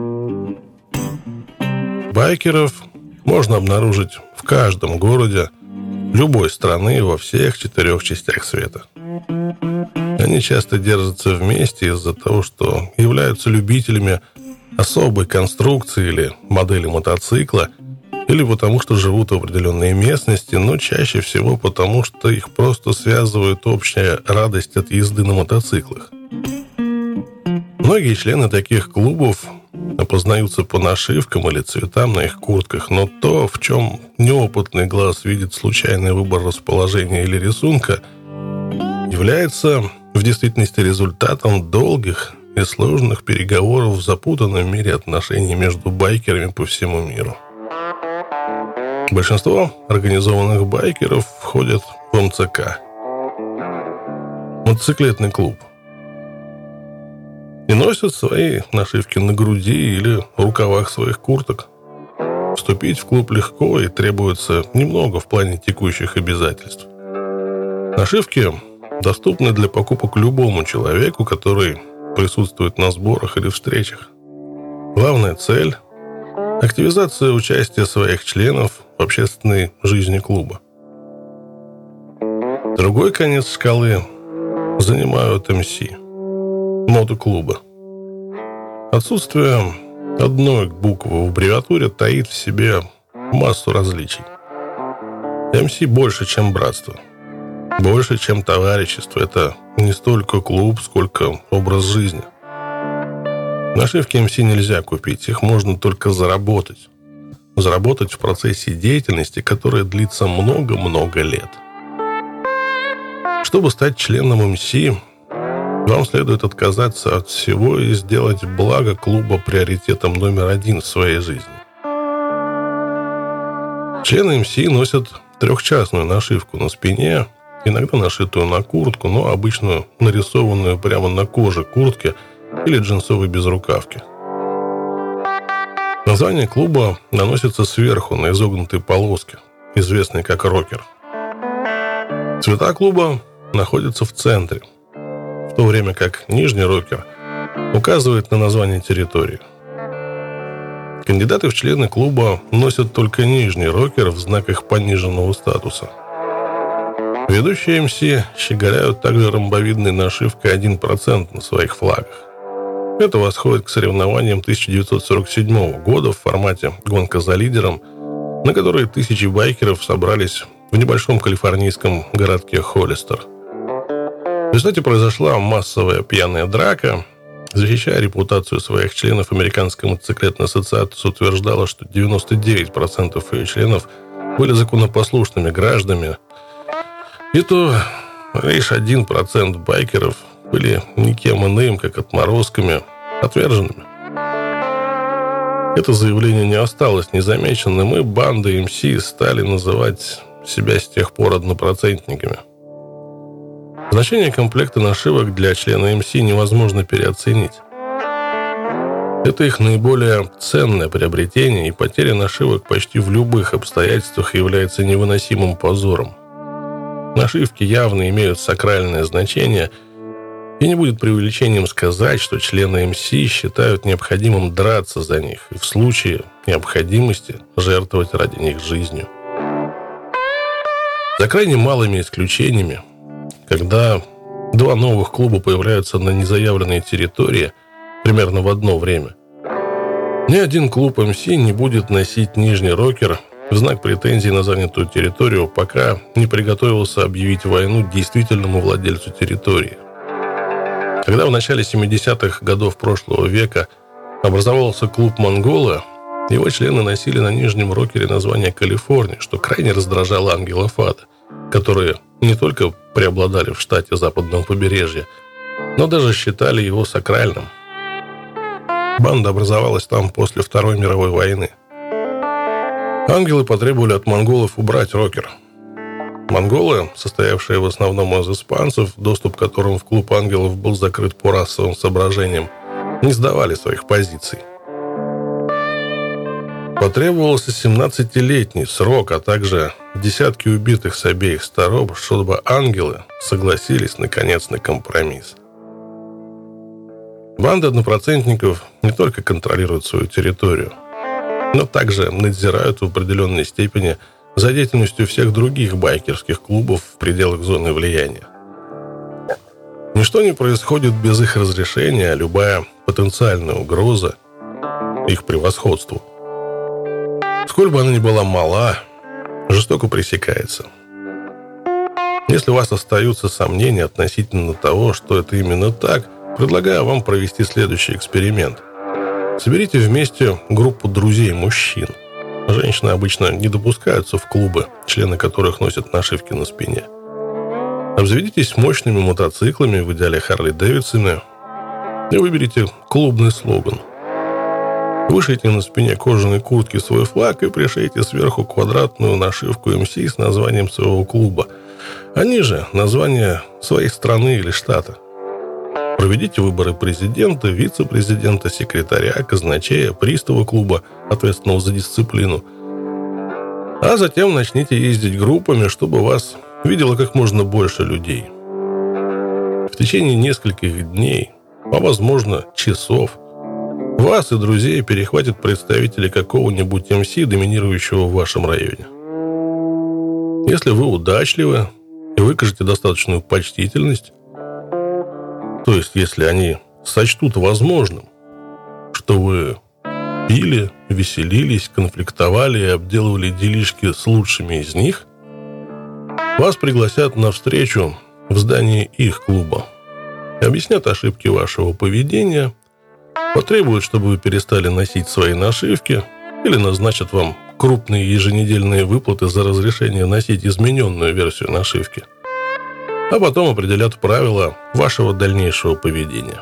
Байкеров можно обнаружить в каждом городе любой страны во всех 4 частях света. Они часто держатся вместе из-за того, что являются любителями особой конструкции или модели мотоцикла, или потому что живут в определенной местности, но чаще всего потому, что их просто связывает общая радость от езды на мотоциклах. Многие члены таких клубов опознаются по нашивкам или цветам на их куртках, но то, в чем неопытный глаз видит случайный выбор расположения или рисунка, является в действительности результатом долгих и сложных переговоров в запутанном мире отношений между байкерами по всему миру. Большинство организованных байкеров входят в МЦК – мотоциклетный клуб, и носят свои нашивки на груди или рукавах своих курток. Вступить в клуб легко и требуется немного в плане текущих обязательств. Нашивки доступны для покупок любому человеку, который присутствует на сборах или встречах. Главная цель – активизация участия своих членов в общественной жизни клуба. Другой конец шкалы занимают МС – мотоклуба. Отсутствие одной буквы в аббревиатуре таит в себе массу различий. МС больше, чем братство, больше, чем товарищество. Это не столько клуб, сколько образ жизни. Нашивки МС нельзя купить, их можно только заработать. Заработать в процессе деятельности, которая длится много-много лет. Чтобы стать членом МС, вам следует отказаться от всего и сделать благо клуба приоритетом номер 1 в своей жизни. Члены МС носят 3-частную нашивку на спине, иногда нашитую на куртку, но обычно нарисованную прямо на коже куртки или джинсовой безрукавки. Название клуба наносится сверху на изогнутые полоски, известные как рокер. Цвета клуба находятся в центре, в то время как нижний рокер указывает на название территории. Кандидаты в члены клуба носят только нижний рокер в знак их пониженного статуса. Ведущие МС щеголяют также ромбовидной нашивкой 1% на своих флагах. Это восходит к соревнованиям 1947 года в формате «Гонка за лидером», на которой тысячи байкеров собрались в небольшом калифорнийском городке Холлистер. В результате произошла массовая пьяная драка. Защищая репутацию своих членов, Американская мотоциклетная ассоциация утверждала, что 99% ее членов были законопослушными гражданами, и то лишь 1% байкеров были никем иным, как отморозками, отверженными. Это заявление не осталось незамеченным, и банды МС стали называть себя с тех пор однопроцентниками. Значение комплекта нашивок для члена МС невозможно переоценить. Это их наиболее ценное приобретение, и потеря нашивок почти в любых обстоятельствах является невыносимым позором. Нашивки явно имеют сакральное значение, и не будет преувеличением сказать, что члены МС считают необходимым драться за них и в случае необходимости жертвовать ради них жизнью. За крайне малыми исключениями, когда два новых клуба появляются на незаявленной территории примерно в одно время, ни один клуб МС не будет носить нижний рокер в знак претензий на занятую территорию, пока не приготовился объявить войну действительному владельцу территории. Когда в начале 70-х годов прошлого века образовался клуб «Монголы», его члены носили на нижнем рокере название «Калифорния», что крайне раздражало ангелов ада, которые не только преобладали в штате западного побережья, но даже считали его сакральным. Банда образовалась там после Второй мировой войны. Ангелы потребовали от монголов убрать рокер. Монголы, состоявшие в основном из испанцев, доступ к которым в клуб ангелов был закрыт по расовым соображениям, не сдавали своих позиций. Потребовался 17-летний срок, а также десятки убитых с обеих сторон, чтобы ангелы согласились наконец на компромисс. Банды однопроцентников не только контролируют свою территорию, но также надзирают в определенной степени за деятельностью всех других байкерских клубов в пределах зоны влияния. Ничто не происходит без их разрешения, а любая потенциальная угроза их превосходству, сколь бы она ни была мала, жестоко пресекается. Если у вас остаются сомнения относительно того, что это именно так, предлагаю вам провести следующий эксперимент. Соберите вместе группу друзей-мужчин. Женщины обычно не допускаются в клубы, члены которых носят нашивки на спине. Обзаведитесь мощными мотоциклами, в идеале Харли-Дэвидсоны, и выберите клубный слоган. Вышейте на спине кожаной куртки свой флаг и пришейте сверху квадратную нашивку МС с названием своего клуба, а ниже название своей страны или штата. Проведите выборы президента, вице-президента, секретаря, казначея, пристава клуба, ответственного за дисциплину. А затем начните ездить группами, чтобы вас видело как можно больше людей. В течение нескольких дней, а возможно часов, вас и друзей перехватят представители какого-нибудь МС, доминирующего в вашем районе. Если вы удачливы и выкажете достаточную почтительность, то есть если они сочтут возможным, что вы пили, веселились, конфликтовали и обделывали делишки с лучшими из них, вас пригласят на встречу в здании их клуба, объяснят ошибки вашего поведения, потребуют, чтобы вы перестали носить свои нашивки или назначат вам крупные еженедельные выплаты за разрешение носить измененную версию нашивки, а потом определят правила вашего дальнейшего поведения.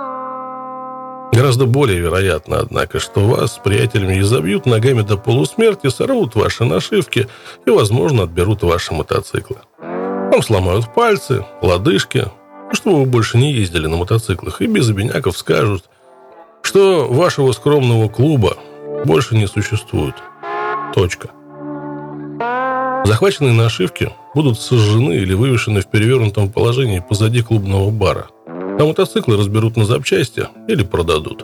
Гораздо более вероятно, однако, что вас с приятелями изобьют ногами до полусмерти, сорвут ваши нашивки и, возможно, отберут ваши мотоциклы. Вам сломают пальцы, лодыжки, чтобы вы больше не ездили на мотоциклах, и без обиняков скажут, что вашего скромного клуба больше не существует. Точка. Захваченные нашивки будут сожжены или вывешены в перевернутом положении позади клубного бара, а мотоциклы разберут на запчасти или продадут.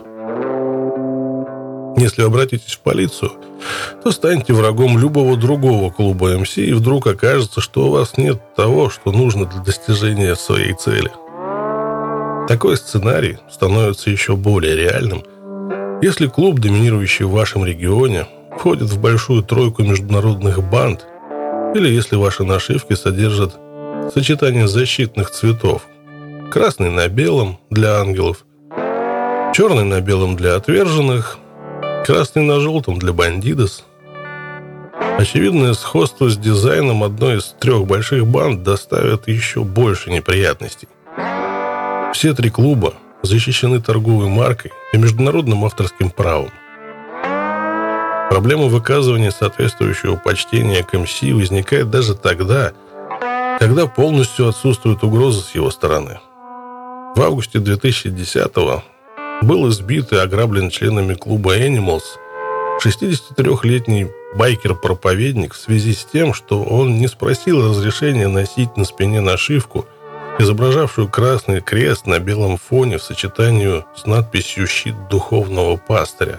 Если обратитесь в полицию, то станете врагом любого другого клуба МС, и вдруг окажется, что у вас нет того, что нужно для достижения своей цели. Такой сценарий становится еще более реальным, если клуб, доминирующий в вашем регионе, входит в большую тройку международных банд, или если ваши нашивки содержат сочетание защитных цветов: красный на белом для ангелов, черный на белом для отверженных, красный на желтом для бандидос. Очевидное сходство с дизайном одной из 3 больших банд доставит еще больше неприятностей. Все 3 клуба защищены торговой маркой и международным авторским правом. Проблема выказывания соответствующего почтения к МС возникает даже тогда, когда полностью отсутствует угроза с его стороны. В августе 2010-го был избит и ограблен членами клуба Animals 63-летний байкер-проповедник в связи с тем, что он не спросил разрешения носить на спине нашивку, изображавшую красный крест на белом фоне в сочетании с надписью «Щит духовного пастыря».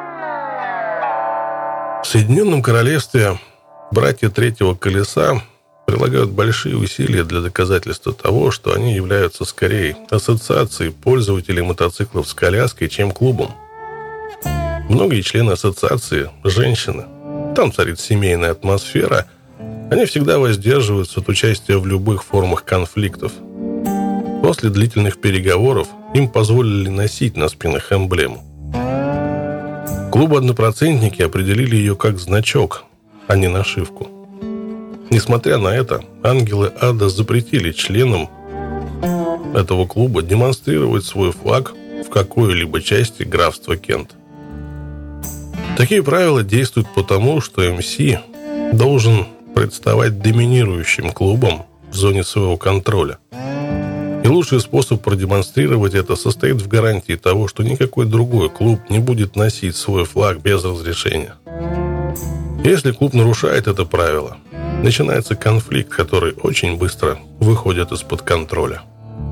В Соединенном Королевстве братья Третьего Колеса прилагают большие усилия для доказательства того, что они являются скорее ассоциацией пользователей мотоциклов с коляской, чем клубом. Многие члены ассоциации – женщины. Там царит семейная атмосфера. Они всегда воздерживаются от участия в любых формах конфликтов. После длительных переговоров им позволили носить на спинах эмблему. Клубы-однопроцентники определили ее как значок, а не нашивку. Несмотря на это, ангелы ада запретили членам этого клуба демонстрировать свой флаг в какой-либо части графства Кент. Такие правила действуют потому, что МС должен представать доминирующим клубом в зоне своего контроля. И лучший способ продемонстрировать это состоит в гарантии того, что никакой другой клуб не будет носить свой флаг без разрешения. Если клуб нарушает это правило, начинается конфликт, который очень быстро выходит из-под контроля.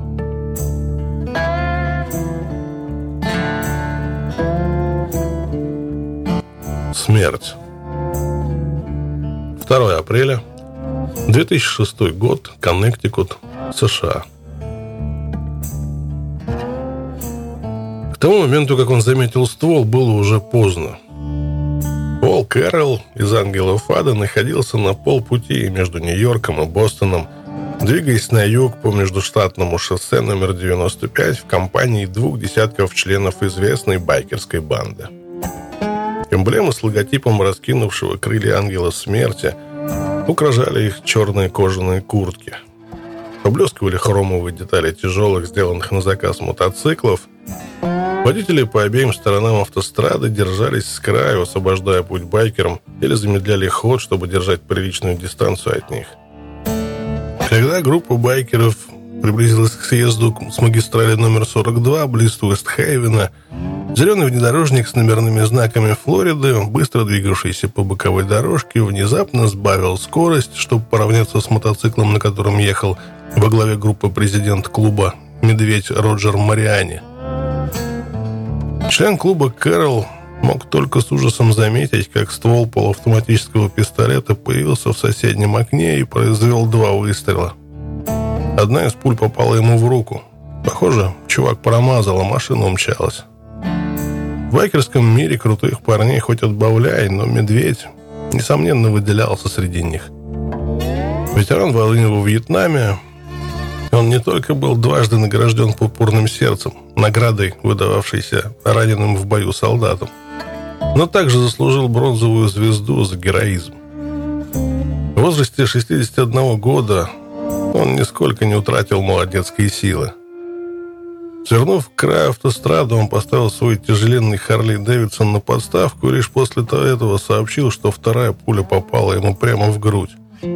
Смерть. 2 апреля 2006 год, Коннектикут, США. К тому моменту, как он заметил ствол, было уже поздно. Пол Кэрролл из «Ангелов ада» находился на полпути между Нью-Йорком и Бостоном, двигаясь на юг по междуштатному шоссе номер 95 в компании 2 десятков членов известной байкерской банды. Эмблемы с логотипом раскинувшего крылья ангела смерти украшали их черные кожаные куртки. Поблескивали хромовые детали тяжелых, сделанных на заказ мотоциклов. Водители по обеим сторонам автострады держались с краю, освобождая путь байкерам, или замедляли ход, чтобы держать приличную дистанцию от них. Когда группа байкеров приблизилась к съезду с магистрали номер 42 близ Уэст-Хейвена, зеленый внедорожник с номерными знаками Флориды, быстро двигавшийся по боковой дорожке, внезапно сбавил скорость, чтобы поравняться с мотоциклом, на котором ехал во главе группы президент клуба «Медведь» Роджер Мариани. Член клуба Кэрролл мог только с ужасом заметить, как ствол полуавтоматического пистолета появился в соседнем окне и произвел 2 выстрела. Одна из пуль попала ему в руку. Похоже, чувак промазал, а машина умчалась. В байкерском мире крутых парней хоть отбавляй, но «Медведь» несомненно выделялся среди них. Ветеран войны во Вьетнаме, он не только был дважды награжден пурпурным сердцем, наградой, выдававшейся раненым в бою солдатам, но также заслужил бронзовую звезду за героизм. В возрасте 61 года он нисколько не утратил молодецкой силы. Свернув к краю автострады, он поставил свой тяжеленный Харли Дэвидсон на подставку и лишь после этого сообщил, что 2-я пуля попала ему прямо в грудь.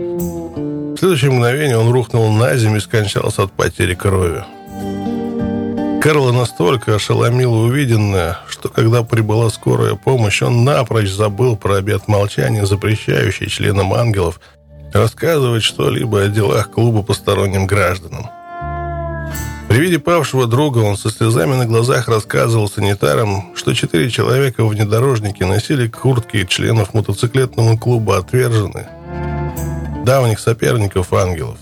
В следующее мгновение он рухнул на землю и скончался от потери крови. Кэрролла настолько ошеломило увиденное, что когда прибыла скорая помощь, он напрочь забыл про обет молчания, запрещающий членам ангелов рассказывать что-либо о делах клуба посторонним гражданам. При виде павшего друга он со слезами на глазах рассказывал санитарам, что 4 человека в внедорожнике носили куртки членов мотоциклетного клуба «Отверженные», давних соперников ангелов.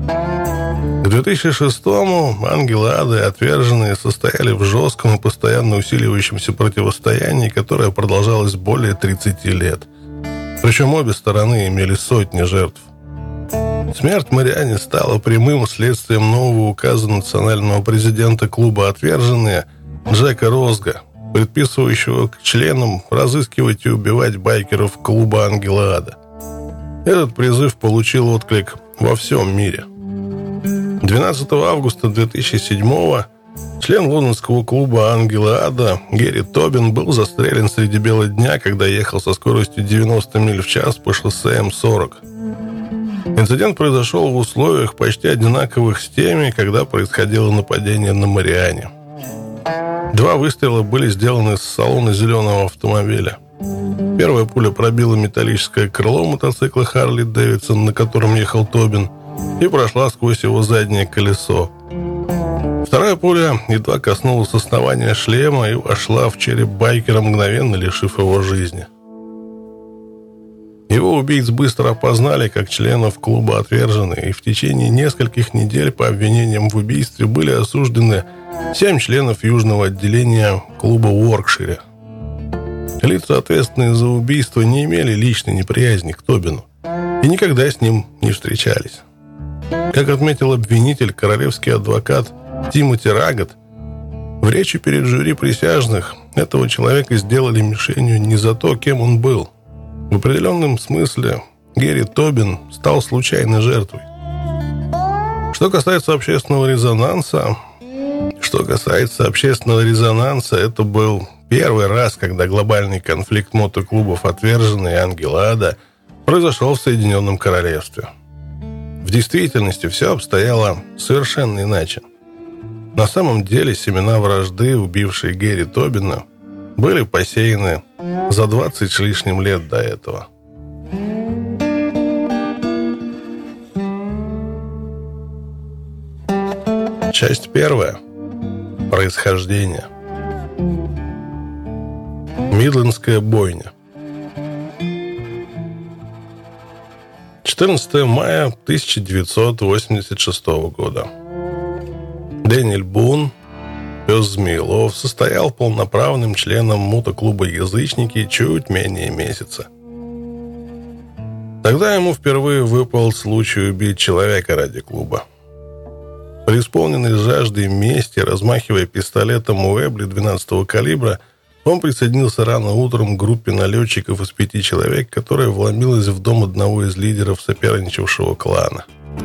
К 2006-му ангелы ада и «Отверженные» состояли в жестком и постоянно усиливающемся противостоянии, которое продолжалось более 30 лет. Причем обе стороны имели сотни жертв. Смерть Мариани стала прямым следствием нового указа национального президента клуба «Отверженные» Джека Розга, предписывающего к членам разыскивать и убивать байкеров клуба «Ангелы ада». Этот призыв получил отклик во всем мире. 12 августа 2007-го член лондонского клуба «Ангелы ада» Гэри Тобин был застрелен среди бела дня, когда ехал со скоростью 90 миль в час по шоссе М40. Инцидент произошел в условиях почти одинаковых с теми, когда происходило нападение на Мариани. 2 выстрела были сделаны с салона зеленого автомобиля. Первая пуля пробила металлическое крыло мотоцикла Харли Дэвидсон, на котором ехал Тобин, и прошла сквозь его заднее колесо. Вторая пуля едва коснулась основания шлема и вошла в череп байкера, мгновенно лишив его жизни. Его убийц быстро опознали как членов клуба «Отверженные», и в течение нескольких недель по обвинениям в убийстве были осуждены 7 членов южного отделения клуба в Уоркшире. Лица, ответственные за убийство, не имели личной неприязни к Тобину и никогда с ним не встречались. Как отметил обвинитель, королевский адвокат Тимоти Рагот, в речи перед жюри присяжных этого человека сделали мишенью не за то, кем он был. В определенном смысле Гэри Тобин стал случайной жертвой. Что касается общественного резонанса, это был первый раз, когда глобальный конфликт мотоклубов «Отверженные» и «Ангела Ада» произошел в Соединенном Королевстве. В действительности все обстояло совершенно иначе. На самом деле семена вражды, убившие Гэри Тобина, были посеяны за 20 с лишним лет до этого. Часть 1. Происхождение. Мидлендская бойня. 14 мая 1986 года. Дэниэль Бун, пес Змеелов, состоял полноправным членом мотоклуба «Язычники» чуть менее месяца. Тогда ему впервые выпал случай убить человека ради клуба. Преисполненный жаждой мести, размахивая пистолетом Уэбли 12-го калибра, он присоединился рано утром к группе налетчиков из 5 человек, которая вломилась в дом одного из лидеров соперничавшего клана.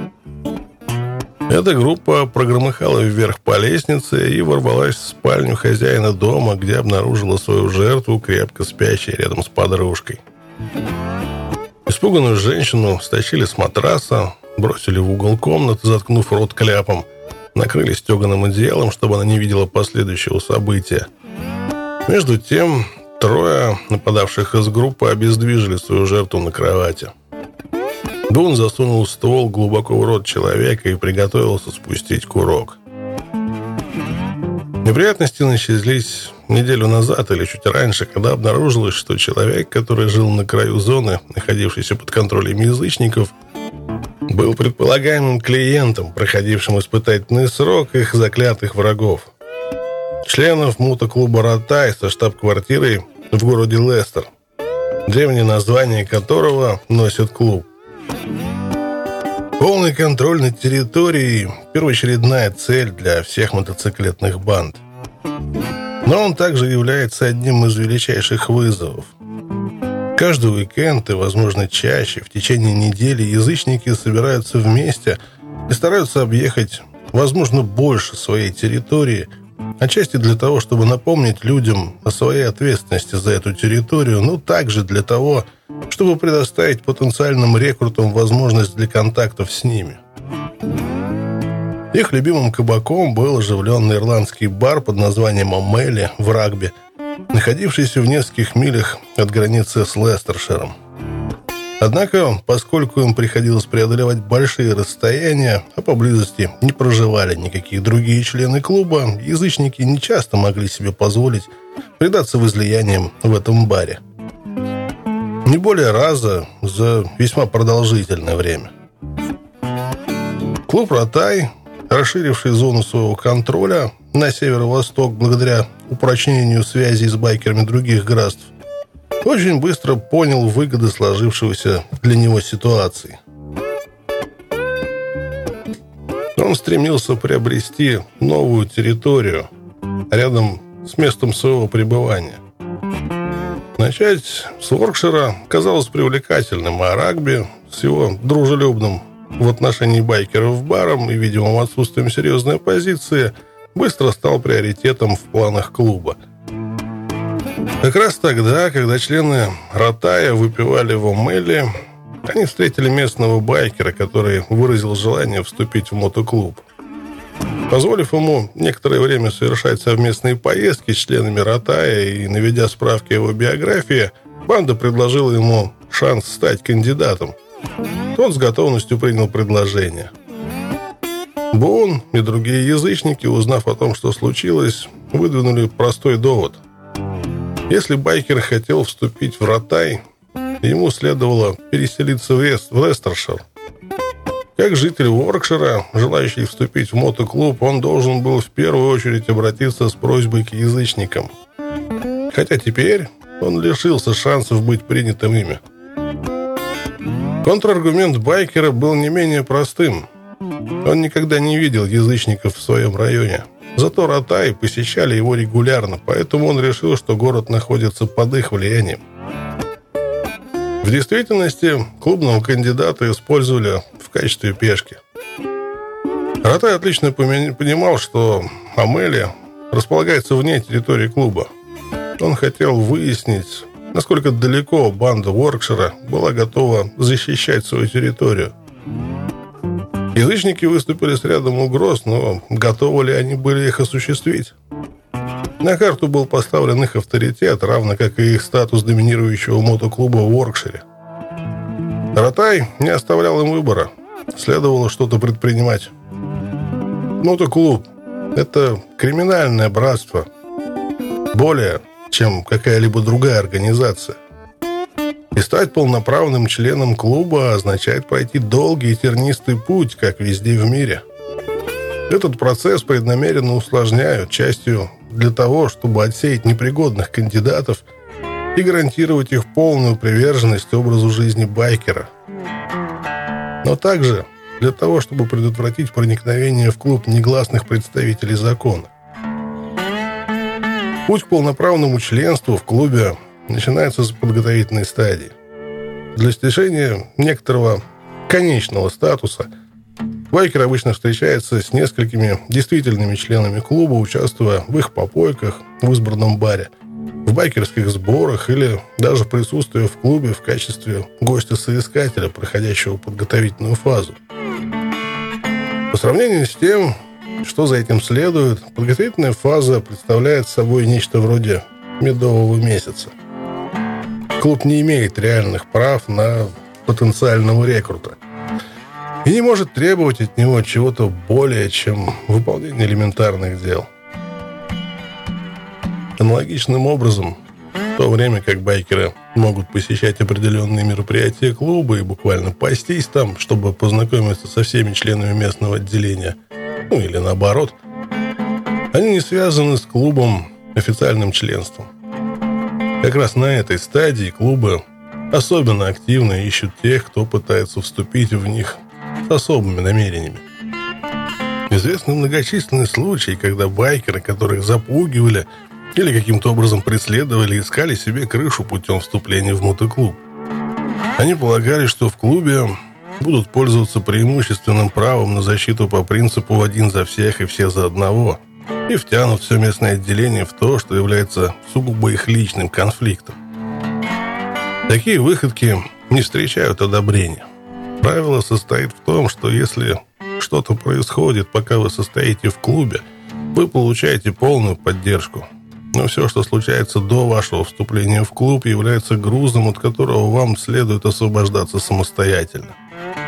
Эта группа прогромыхала вверх по лестнице и ворвалась в спальню хозяина дома, где обнаружила свою жертву, крепко спящей рядом с подружкой. Испуганную женщину стащили с матраса, бросили в угол комнаты, заткнув рот кляпом, накрыли стеганым одеялом, чтобы она не видела последующего события. Между тем, 3 нападавших из группы обездвижили свою жертву на кровати. Бун засунул ствол глубоко в рот человека и приготовился спустить курок. Неприятности начались неделю назад или чуть раньше, когда обнаружилось, что человек, который жил на краю зоны, находившийся под контролем язычников, был предполагаемым клиентом, проходившим испытательный срок их заклятых врагов. Членов мотоклуба «Ротай» со штаб-квартирой в городе Лестер, древнее название которого носит клуб. Полный контроль над территорией – первоочередная цель для всех мотоциклетных банд. Но он также является одним из величайших вызовов. Каждый уикенд и, возможно, чаще, в течение недели язычники собираются вместе и стараются объехать, возможно, больше своей территории, отчасти для того, чтобы напомнить людям о своей ответственности за эту территорию, но также для того, чтобы предоставить потенциальным рекрутам возможность для контактов с ними. Их любимым кабаком был оживленный ирландский бар под названием «Омели» в Рагби, находившийся в нескольких милях от границы с Лестерширом. Однако, поскольку им приходилось преодолевать большие расстояния, а поблизости не проживали никакие другие члены клуба, язычники не часто могли себе позволить предаться возлияниям в этом баре. Не более раза за весьма продолжительное время. Клуб «Ротай», расширивший зону своего контроля на северо-восток благодаря упрочнению связей с байкерами других графств, очень быстро понял выгоды сложившегося для него ситуации. Он стремился приобрести новую территорию рядом с местом своего пребывания. Начать с Уоркшира казалось привлекательным, а Рагби с его дружелюбным в отношении байкеров баром и видимым отсутствием серьезной оппозиции быстро стал приоритетом в планах клуба. Как раз тогда, когда члены Ротая выпивали в Омели, они встретили местного байкера, который выразил желание вступить в мотоклуб. Позволив ему некоторое время совершать совместные поездки с членами Ротая и наведя справки о его биографии, банда предложила ему шанс стать кандидатом. Он с готовностью принял предложение. Боун и другие язычники, узнав о том, что случилось, выдвинули простой довод. Если байкер хотел вступить в Ратай, ему следовало переселиться в Лестершир. Как житель Уоркшира, желающий вступить в мотоклуб, он должен был в первую очередь обратиться с просьбой к язычникам. Хотя теперь он лишился шансов быть принятым ими. Контраргумент байкера был не менее простым. Он никогда не видел язычников в своем районе. Зато Ратай посещали его регулярно, поэтому он решил, что город находится под их влиянием. В действительности, клубного кандидата использовали в качестве пешки. Ратай отлично понимал, что Амелия располагается вне территории клуба. Он хотел выяснить, насколько далеко банда Уоркшира была готова защищать свою территорию. Язычники выступили с рядом угроз, но готовы ли они были их осуществить? На карту был поставлен их авторитет, равно как и их статус доминирующего мотоклуба в Уоркшире. Ратай не оставлял им выбора. Следовало что-то предпринимать. Мотоклуб – это криминальное братство. Более, чем какая-либо другая организация. И стать полноправным членом клуба означает пройти долгий и тернистый путь, как везде в мире. Этот процесс преднамеренно усложняют, частью для того, чтобы отсеять непригодных кандидатов и гарантировать их полную приверженность образу жизни байкера. Но также для того, чтобы предотвратить проникновение в клуб негласных представителей закона. Путь к полноправному членству в клубе начинается с подготовительной стадии. Для достижения некоторого конечного статуса байкер обычно встречается с несколькими действительными членами клуба, участвуя в их попойках в избранном баре, в байкерских сборах или даже присутствуя в клубе в качестве гостя-соискателя, проходящего подготовительную фазу. По сравнению с тем, что за этим следует, подготовительная фаза представляет собой нечто вроде медового месяца. Клуб не имеет реальных прав на потенциального рекрута и не может требовать от него чего-то более, чем выполнение элементарных дел. Аналогичным образом, в то время как байкеры могут посещать определенные мероприятия клуба и буквально пастись там, чтобы познакомиться со всеми членами местного отделения, или наоборот, они не связаны с клубом официальным членством. Как раз на этой стадии клубы особенно активно ищут тех, кто пытается вступить в них с особыми намерениями. Известны многочисленные случаи, когда байкеры, которых запугивали или каким-то образом преследовали, искали себе крышу путем вступления в мотоклуб. Они полагали, что в клубе будут пользоваться преимущественным правом на защиту по принципу «один за всех и все за одного», и втянут все местное отделение в то, что является сугубо их личным конфликтом. Такие выходки не встречают одобрения. Правило состоит в том, что если что-то происходит, пока вы состоите в клубе, вы получаете полную поддержку. Но все, что случается до вашего вступления в клуб, является грузом, от которого вам следует освобождаться самостоятельно.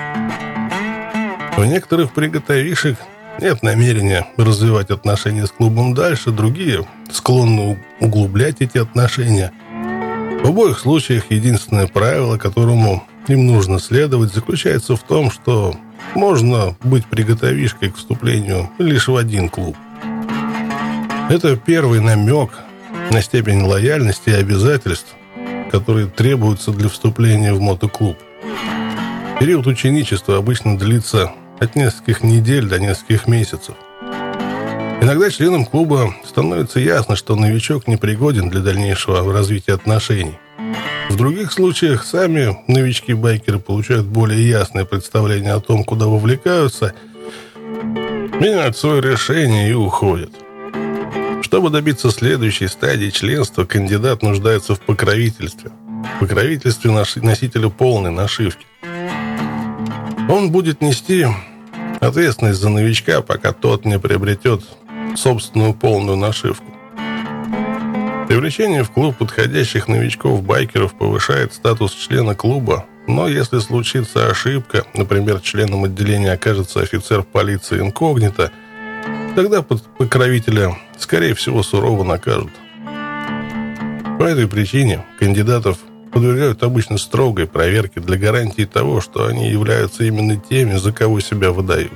У некоторых приготовишек нет намерения развивать отношения с клубом дальше, другие склонны углублять эти отношения. В обоих случаях единственное правило, которому им нужно следовать, заключается в том, что можно быть приготовишкой к вступлению лишь в один клуб. Это первый намек на степень лояльности и обязательств, которые требуются для вступления в мотоклуб. Период ученичества обычно длится от нескольких недель до нескольких месяцев. Иногда членам клуба становится ясно, что новичок не пригоден для дальнейшего развития отношений. В других случаях сами новички-байкеры получают более ясное представление о том, куда вовлекаются, меняют свое решение и уходят. Чтобы добиться следующей стадии членства, кандидат нуждается в покровительстве. Покровительстве носителя полной нашивки. Он будет нести ответственность за новичка, пока тот не приобретет собственную полную нашивку. И Привлечение в клуб подходящих новичков-байкеров повышает статус члена клуба, но если случится ошибка, например, членом отделения окажется офицер полиции инкогнито, тогда покровителя, скорее всего, сурово накажут. По этой причине кандидатов подвергают обычно строгой проверке для гарантии того, что они являются именно теми, за кого себя выдают.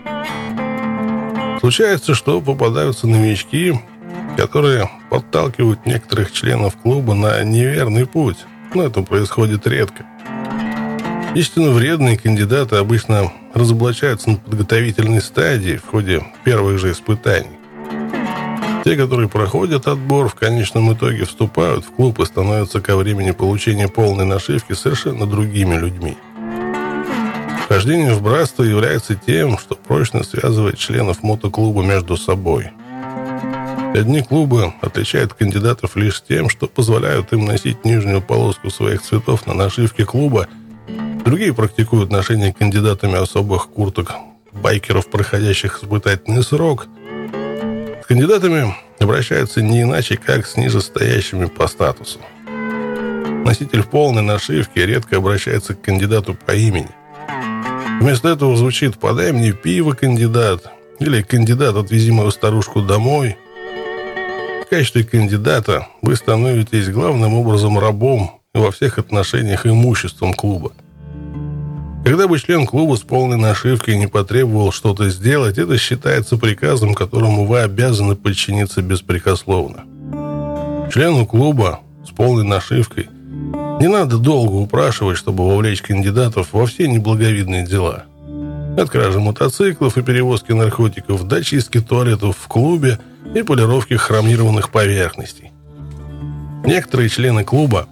Случается, что попадаются новички, которые подталкивают некоторых членов клуба на неверный путь, но это происходит редко. Истинно вредные кандидаты обычно разоблачаются на подготовительной стадии в ходе первых же испытаний. Те, которые проходят отбор, в конечном итоге вступают в клуб и становятся ко времени получения полной нашивки совершенно другими людьми. Вхождение в братство является тем, что прочно связывает членов мотоклуба между собой. Одни клубы отличают кандидатов лишь тем, что позволяют им носить нижнюю полоску своих цветов на нашивке клуба. Другие практикуют ношение кандидатами особых курток байкеров, проходящих испытательный срок. С кандидатами обращаются не иначе, как с нижестоящими по статусу. Носитель полной нашивки редко обращается к кандидату по имени. Вместо этого звучит «подай мне пиво, кандидат» или «кандидат, отвези мою старушку домой». В качестве кандидата вы становитесь главным образом рабом и во всех отношениях имуществом клуба. Когда бы член клуба с полной нашивкой не потребовал что-то сделать, это считается приказом, которому вы обязаны подчиниться беспрекословно. Члену клуба с полной нашивкой не надо долго упрашивать, чтобы вовлечь кандидатов во все неблаговидные дела. От кражи мотоциклов и перевозки наркотиков до чистки туалетов в клубе и полировки хромированных поверхностей. Некоторые члены клуба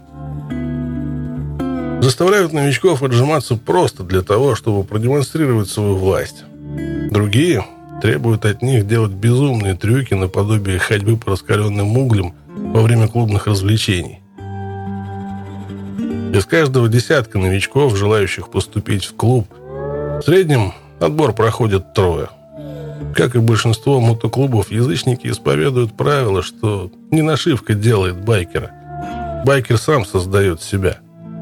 заставляют новичков отжиматься просто для того, чтобы продемонстрировать свою власть. Другие требуют от них делать безумные трюки наподобие ходьбы по раскаленным углям во время клубных развлечений. Из каждого десятка новичков, желающих поступить в клуб, в среднем отбор проходит 3. Как и большинство мотоклубов, язычники исповедуют правило, что не нашивка делает байкера. Байкер сам создает себя.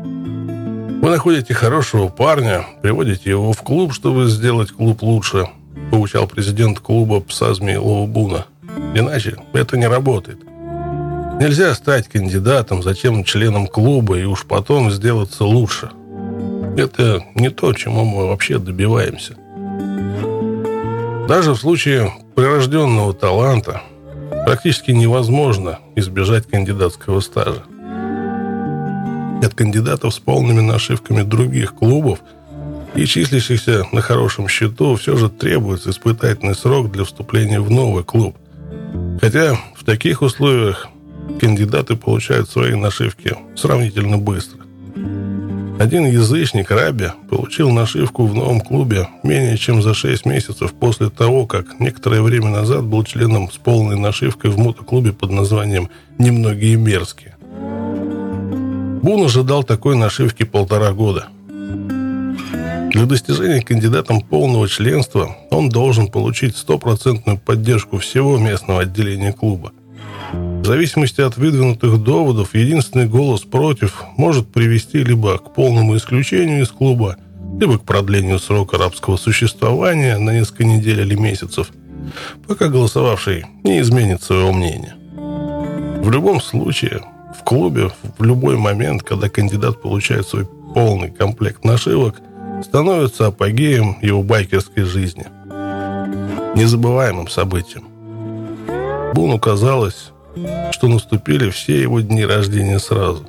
Вы находите хорошего парня, приводите его в клуб, чтобы сделать клуб лучше, поучал президент клуба пса Змеелова Буна. Иначе это не работает. Нельзя стать кандидатом, затем членом клуба и уж потом сделаться лучше. Это не то, чему мы вообще добиваемся. Даже в случае прирожденного таланта практически невозможно избежать кандидатского стажа. От кандидатов с полными нашивками других клубов и числящихся на хорошем счету все же требуется испытательный срок для вступления в новый клуб. Хотя в таких условиях кандидаты получают свои нашивки сравнительно быстро. Один язычник, Раби, получил нашивку в новом клубе менее чем за 6 месяцев после того, как некоторое время назад был членом с полной нашивкой в мотоклубе под названием «Немногие мерзкие». Бун ожидал такой нашивки 1,5 года. Для достижения кандидатом полного членства он должен получить 100% поддержку всего местного отделения клуба. В зависимости от выдвинутых доводов, единственный голос против может привести либо к полному исключению из клуба, либо к продлению срока рабского существования на несколько недель или месяцев, пока голосовавший не изменит своего мнения. В любом случае, в клубе в любой момент, когда кандидат получает свой полный комплект нашивок, становится апогеем его байкерской жизни. Незабываемым событием. Буну казалось, что наступили все его дни рождения сразу.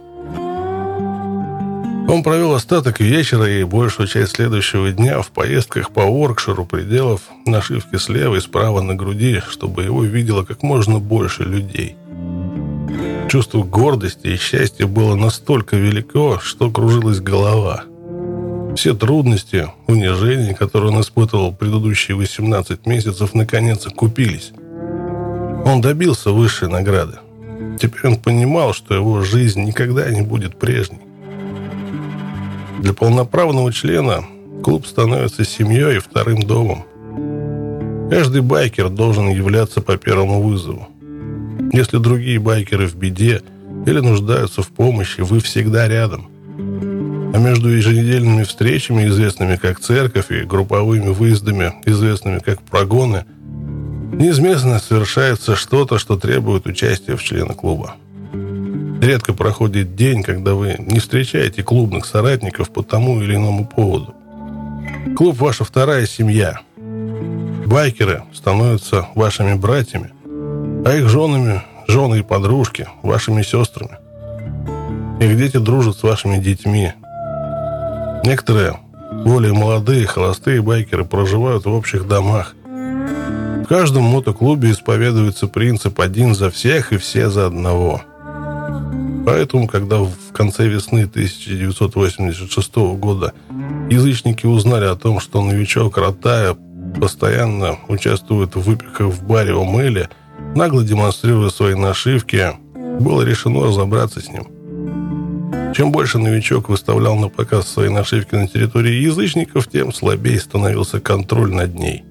Он провел остаток вечера и большую часть следующего дня в поездках по Уоркширу, приделав нашивки слева и справа на груди, чтобы его видело как можно больше людей. Чувство гордости и счастья было настолько велико, что кружилась голова. Все трудности, унижения, которые он испытывал предыдущие 18 месяцев, наконец окупились. Он добился высшей награды. Теперь он понимал, что его жизнь никогда не будет прежней. Для полноправного члена клуб становится семьей и вторым домом. Каждый байкер должен являться по первому вызову. Если другие байкеры в беде или нуждаются в помощи, вы всегда рядом. А между еженедельными встречами, известными как церковь, и групповыми выездами, известными как прогоны, неизменно совершается что-то, что требует участия в членах клуба. Редко проходит день, когда вы не встречаете клубных соратников по тому или иному поводу. Клуб – ваша вторая семья. Байкеры становятся вашими братьями, а их жены и подружки – вашими сестрами. Их дети дружат с вашими детьми. Некоторые более молодые, холостые байкеры проживают в общих домах. В каждом мотоклубе исповедуется принцип «один за всех и все за одного». Поэтому, когда в конце весны 1986 года язычники узнали о том, что новичок Ратая постоянно участвует в выпивках в баре Омели, нагло демонстрируя свои нашивки, было решено разобраться с ним. Чем больше новичок выставлял на показ свои нашивки на территории язычников, тем слабее становился контроль над ней.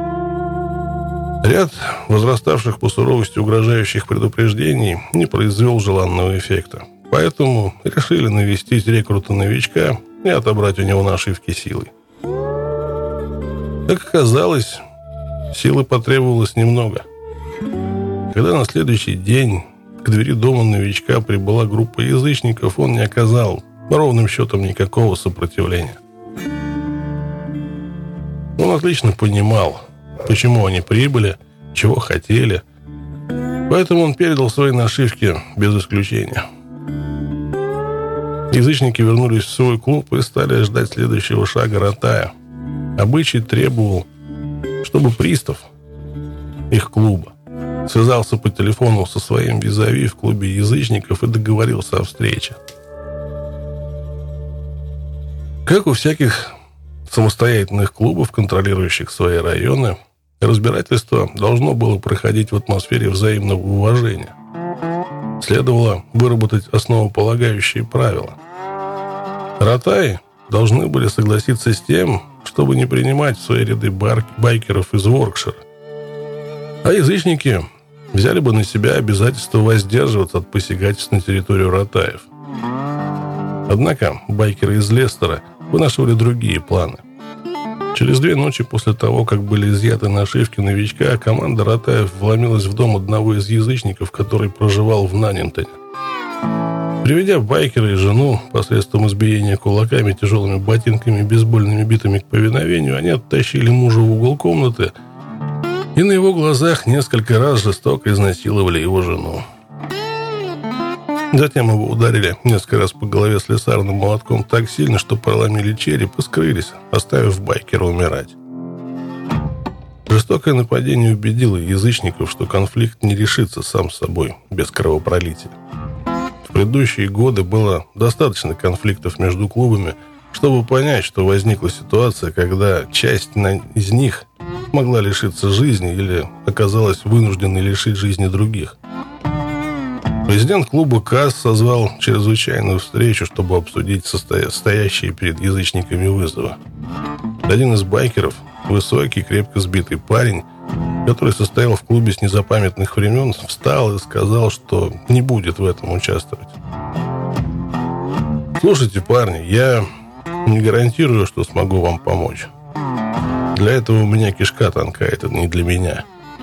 Ряд возраставших по суровости угрожающих предупреждений не произвел желанного эффекта. Поэтому решили навестить рекрута новичка и отобрать у него нашивки силой. Как оказалось, силы потребовалось немного. Когда на следующий день к двери дома новичка прибыла группа язычников, он не оказал ровным счетом никакого сопротивления. Он отлично понимал, почему они прибыли, чего хотели. Поэтому он передал свои нашивки без исключения. Язычники вернулись в свой клуб и стали ждать следующего шага Ратая. Обычай требовал, чтобы пристав их клуба связался по телефону со своим визави в клубе язычников и договорился о встрече. Как у всяких самостоятельных клубов, контролирующих свои районы, разбирательство должно было проходить в атмосфере взаимного уважения. Следовало выработать основополагающие правила. Ратаи должны были согласиться с тем, чтобы не принимать в свои ряды байкеров из Воркшира. А язычники взяли бы на себя обязательство воздерживаться от посягательств на территорию Ратаев. Однако байкеры из Лестера вынашивали другие планы. Через 2 ночи после того, как были изъяты нашивки новичка, команда Ратаев вломилась в дом одного из язычников, который проживал в Нанинтоне. Приведя байкера и жену посредством избиения кулаками, тяжелыми ботинками и бейсбольными битами к повиновению, они оттащили мужа в угол комнаты и на его глазах несколько раз жестоко изнасиловали его жену. Затем его ударили несколько раз по голове слесарным молотком так сильно, что проломили череп и скрылись, оставив байкера умирать. Жестокое нападение убедило язычников, что конфликт не решится сам собой, без кровопролития. В предыдущие годы было достаточно конфликтов между клубами, чтобы понять, что возникла ситуация, когда часть из них могла лишиться жизни или оказалась вынужденной лишить жизни других. Президент клуба КАС созвал чрезвычайную встречу, чтобы обсудить стоящие перед язычниками вызовы. Один из байкеров, высокий, крепко сбитый парень, который состоял в клубе с незапамятных времен, встал и сказал, что не будет в этом участвовать. «Слушайте, парни, я не гарантирую, что смогу вам помочь. Для этого у меня кишка тонка, это не для меня».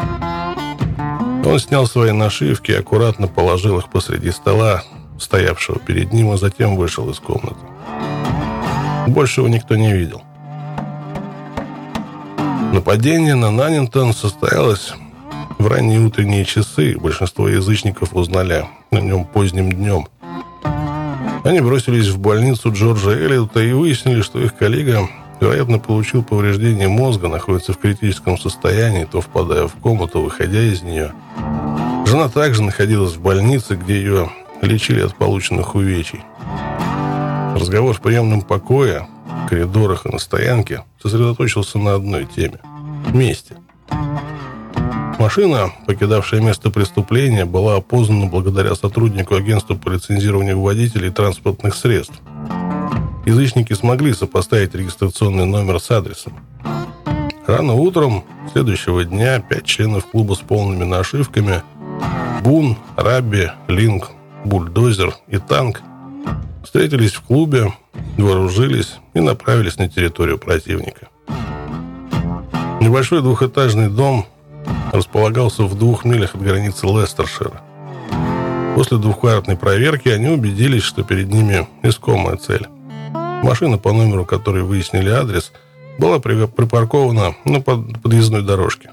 Он снял свои нашивки и аккуратно положил их посреди стола, стоявшего перед ним, а затем вышел из комнаты. Больше его никто не видел. Нападение на Нанинтон состоялось в ранние утренние часы. Большинство язычников узнали о нем поздним днем. Они бросились в больницу Джорджа Эллиота и выяснили, что их коллега, вероятно, получил повреждение мозга, находится в критическом состоянии, то впадая в кому, то выходя из нее. Жена также находилась в больнице, где ее лечили от полученных увечий. Разговор в приемном покое, в коридорах и на стоянке сосредоточился на одной теме – месте. Машина, покидавшая место преступления, была опознана благодаря сотруднику агентства по лицензированию водителей транспортных средств. Язычники смогли сопоставить регистрационный номер с адресом. Рано утром следующего дня 5 членов клуба с полными нашивками Бун, Рабби, Линк, Бульдозер и Танк встретились в клубе, вооружились и направились на территорию противника. Небольшой двухэтажный дом располагался в 2 милях от границы Лестершира. После двухкратной проверки они убедились, что перед ними искомая цель. Машина, по номеру которой выяснили адрес, была припаркована на подъездной дорожке.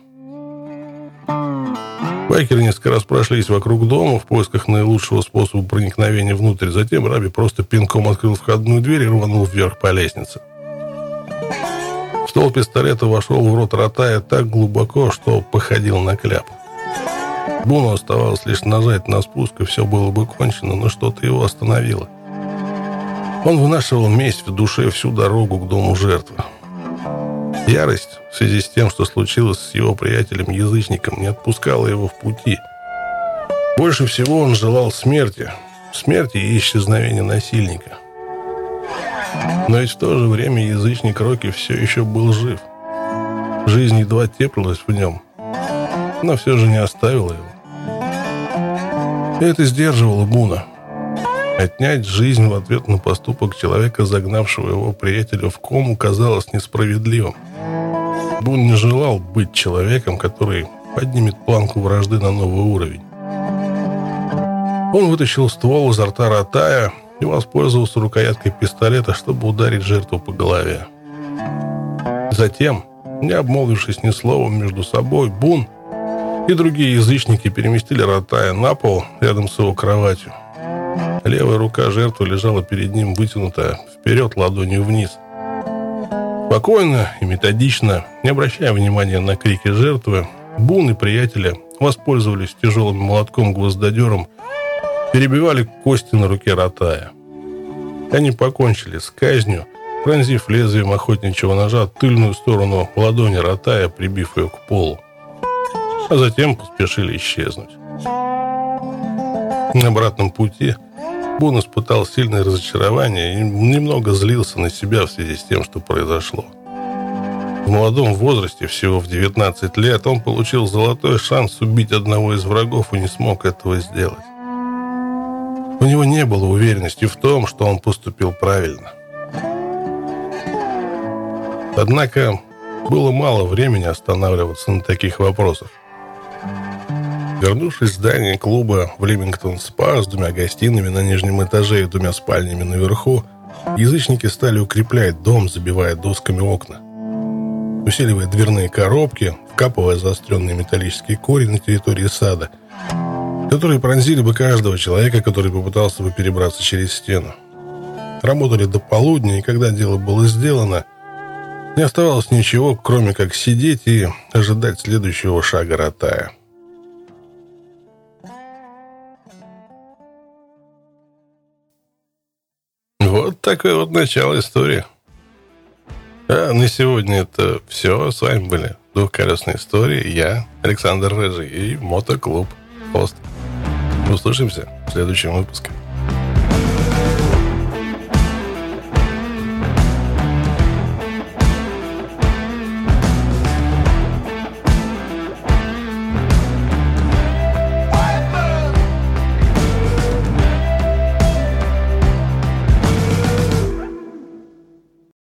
Байкеры несколько раз прошлись вокруг дома в поисках наилучшего способа проникновения внутрь. Затем Рабби просто пинком открыл входную дверь и рванул вверх по лестнице. Ствол пистолета вошел в рот Ратая так глубоко, что походил на кляп. Буну оставалось лишь нажать на спуск, и все было бы кончено, но что-то его остановило. Он вынашивал месть в душе всю дорогу к дому жертвы. Ярость в связи с тем, что случилось с его приятелем-язычником, не отпускала его в пути. Больше всего он желал смерти и исчезновения насильника. Но ведь в то же время язычник Рокки все еще был жив. Жизнь едва теплилась в нем, но все же не оставила его. И это сдерживало Буна. Отнять жизнь в ответ на поступок человека, загнавшего его приятеля в кому, казалось несправедливым. Бун не желал быть человеком, который поднимет планку вражды на новый уровень. Он вытащил ствол изо рта Ратая и воспользовался рукояткой пистолета, чтобы ударить жертву по голове. Затем, не обмолвившись ни словом между собой, Бун и другие язычники переместили Ратая на пол рядом с его кроватью. Левая рука жертвы лежала перед ним, вытянутая вперед ладонью вниз. Спокойно и методично, не обращая внимания на крики жертвы, Бун и приятели воспользовались тяжелым молотком-гвоздодером, перебивали кости на руке Ратая. Они покончили с казнью, пронзив лезвием охотничьего ножа тыльную сторону ладони Ратая, прибив ее к полу. А затем поспешили исчезнуть. На обратном пути Бун испытал сильное разочарование и немного злился на себя в связи с тем, что произошло. В молодом возрасте, всего в 19 лет, он получил золотой шанс убить одного из врагов и не смог этого сделать. У него не было уверенности в том, что он поступил правильно. Однако было мало времени останавливаться на таких вопросах. Вернувшись в здание клуба в Лимингтон-спа с 2 гостиными на нижнем этаже и 2 спальнями наверху, язычники стали укреплять дом, забивая досками окна, усиливая дверные коробки, вкапывая заостренные металлические кори на территории сада, которые пронзили бы каждого человека, который попытался бы перебраться через стену. Работали до полудня, и когда дело было сделано, не оставалось ничего, кроме как сидеть и ожидать следующего шага Ратая. Вот такое вот начало истории. А на сегодня это все. С вами были «Двухколесные истории». Я, Александр Рыжий, и мотоклуб «Хост». Услышимся в следующем выпуске.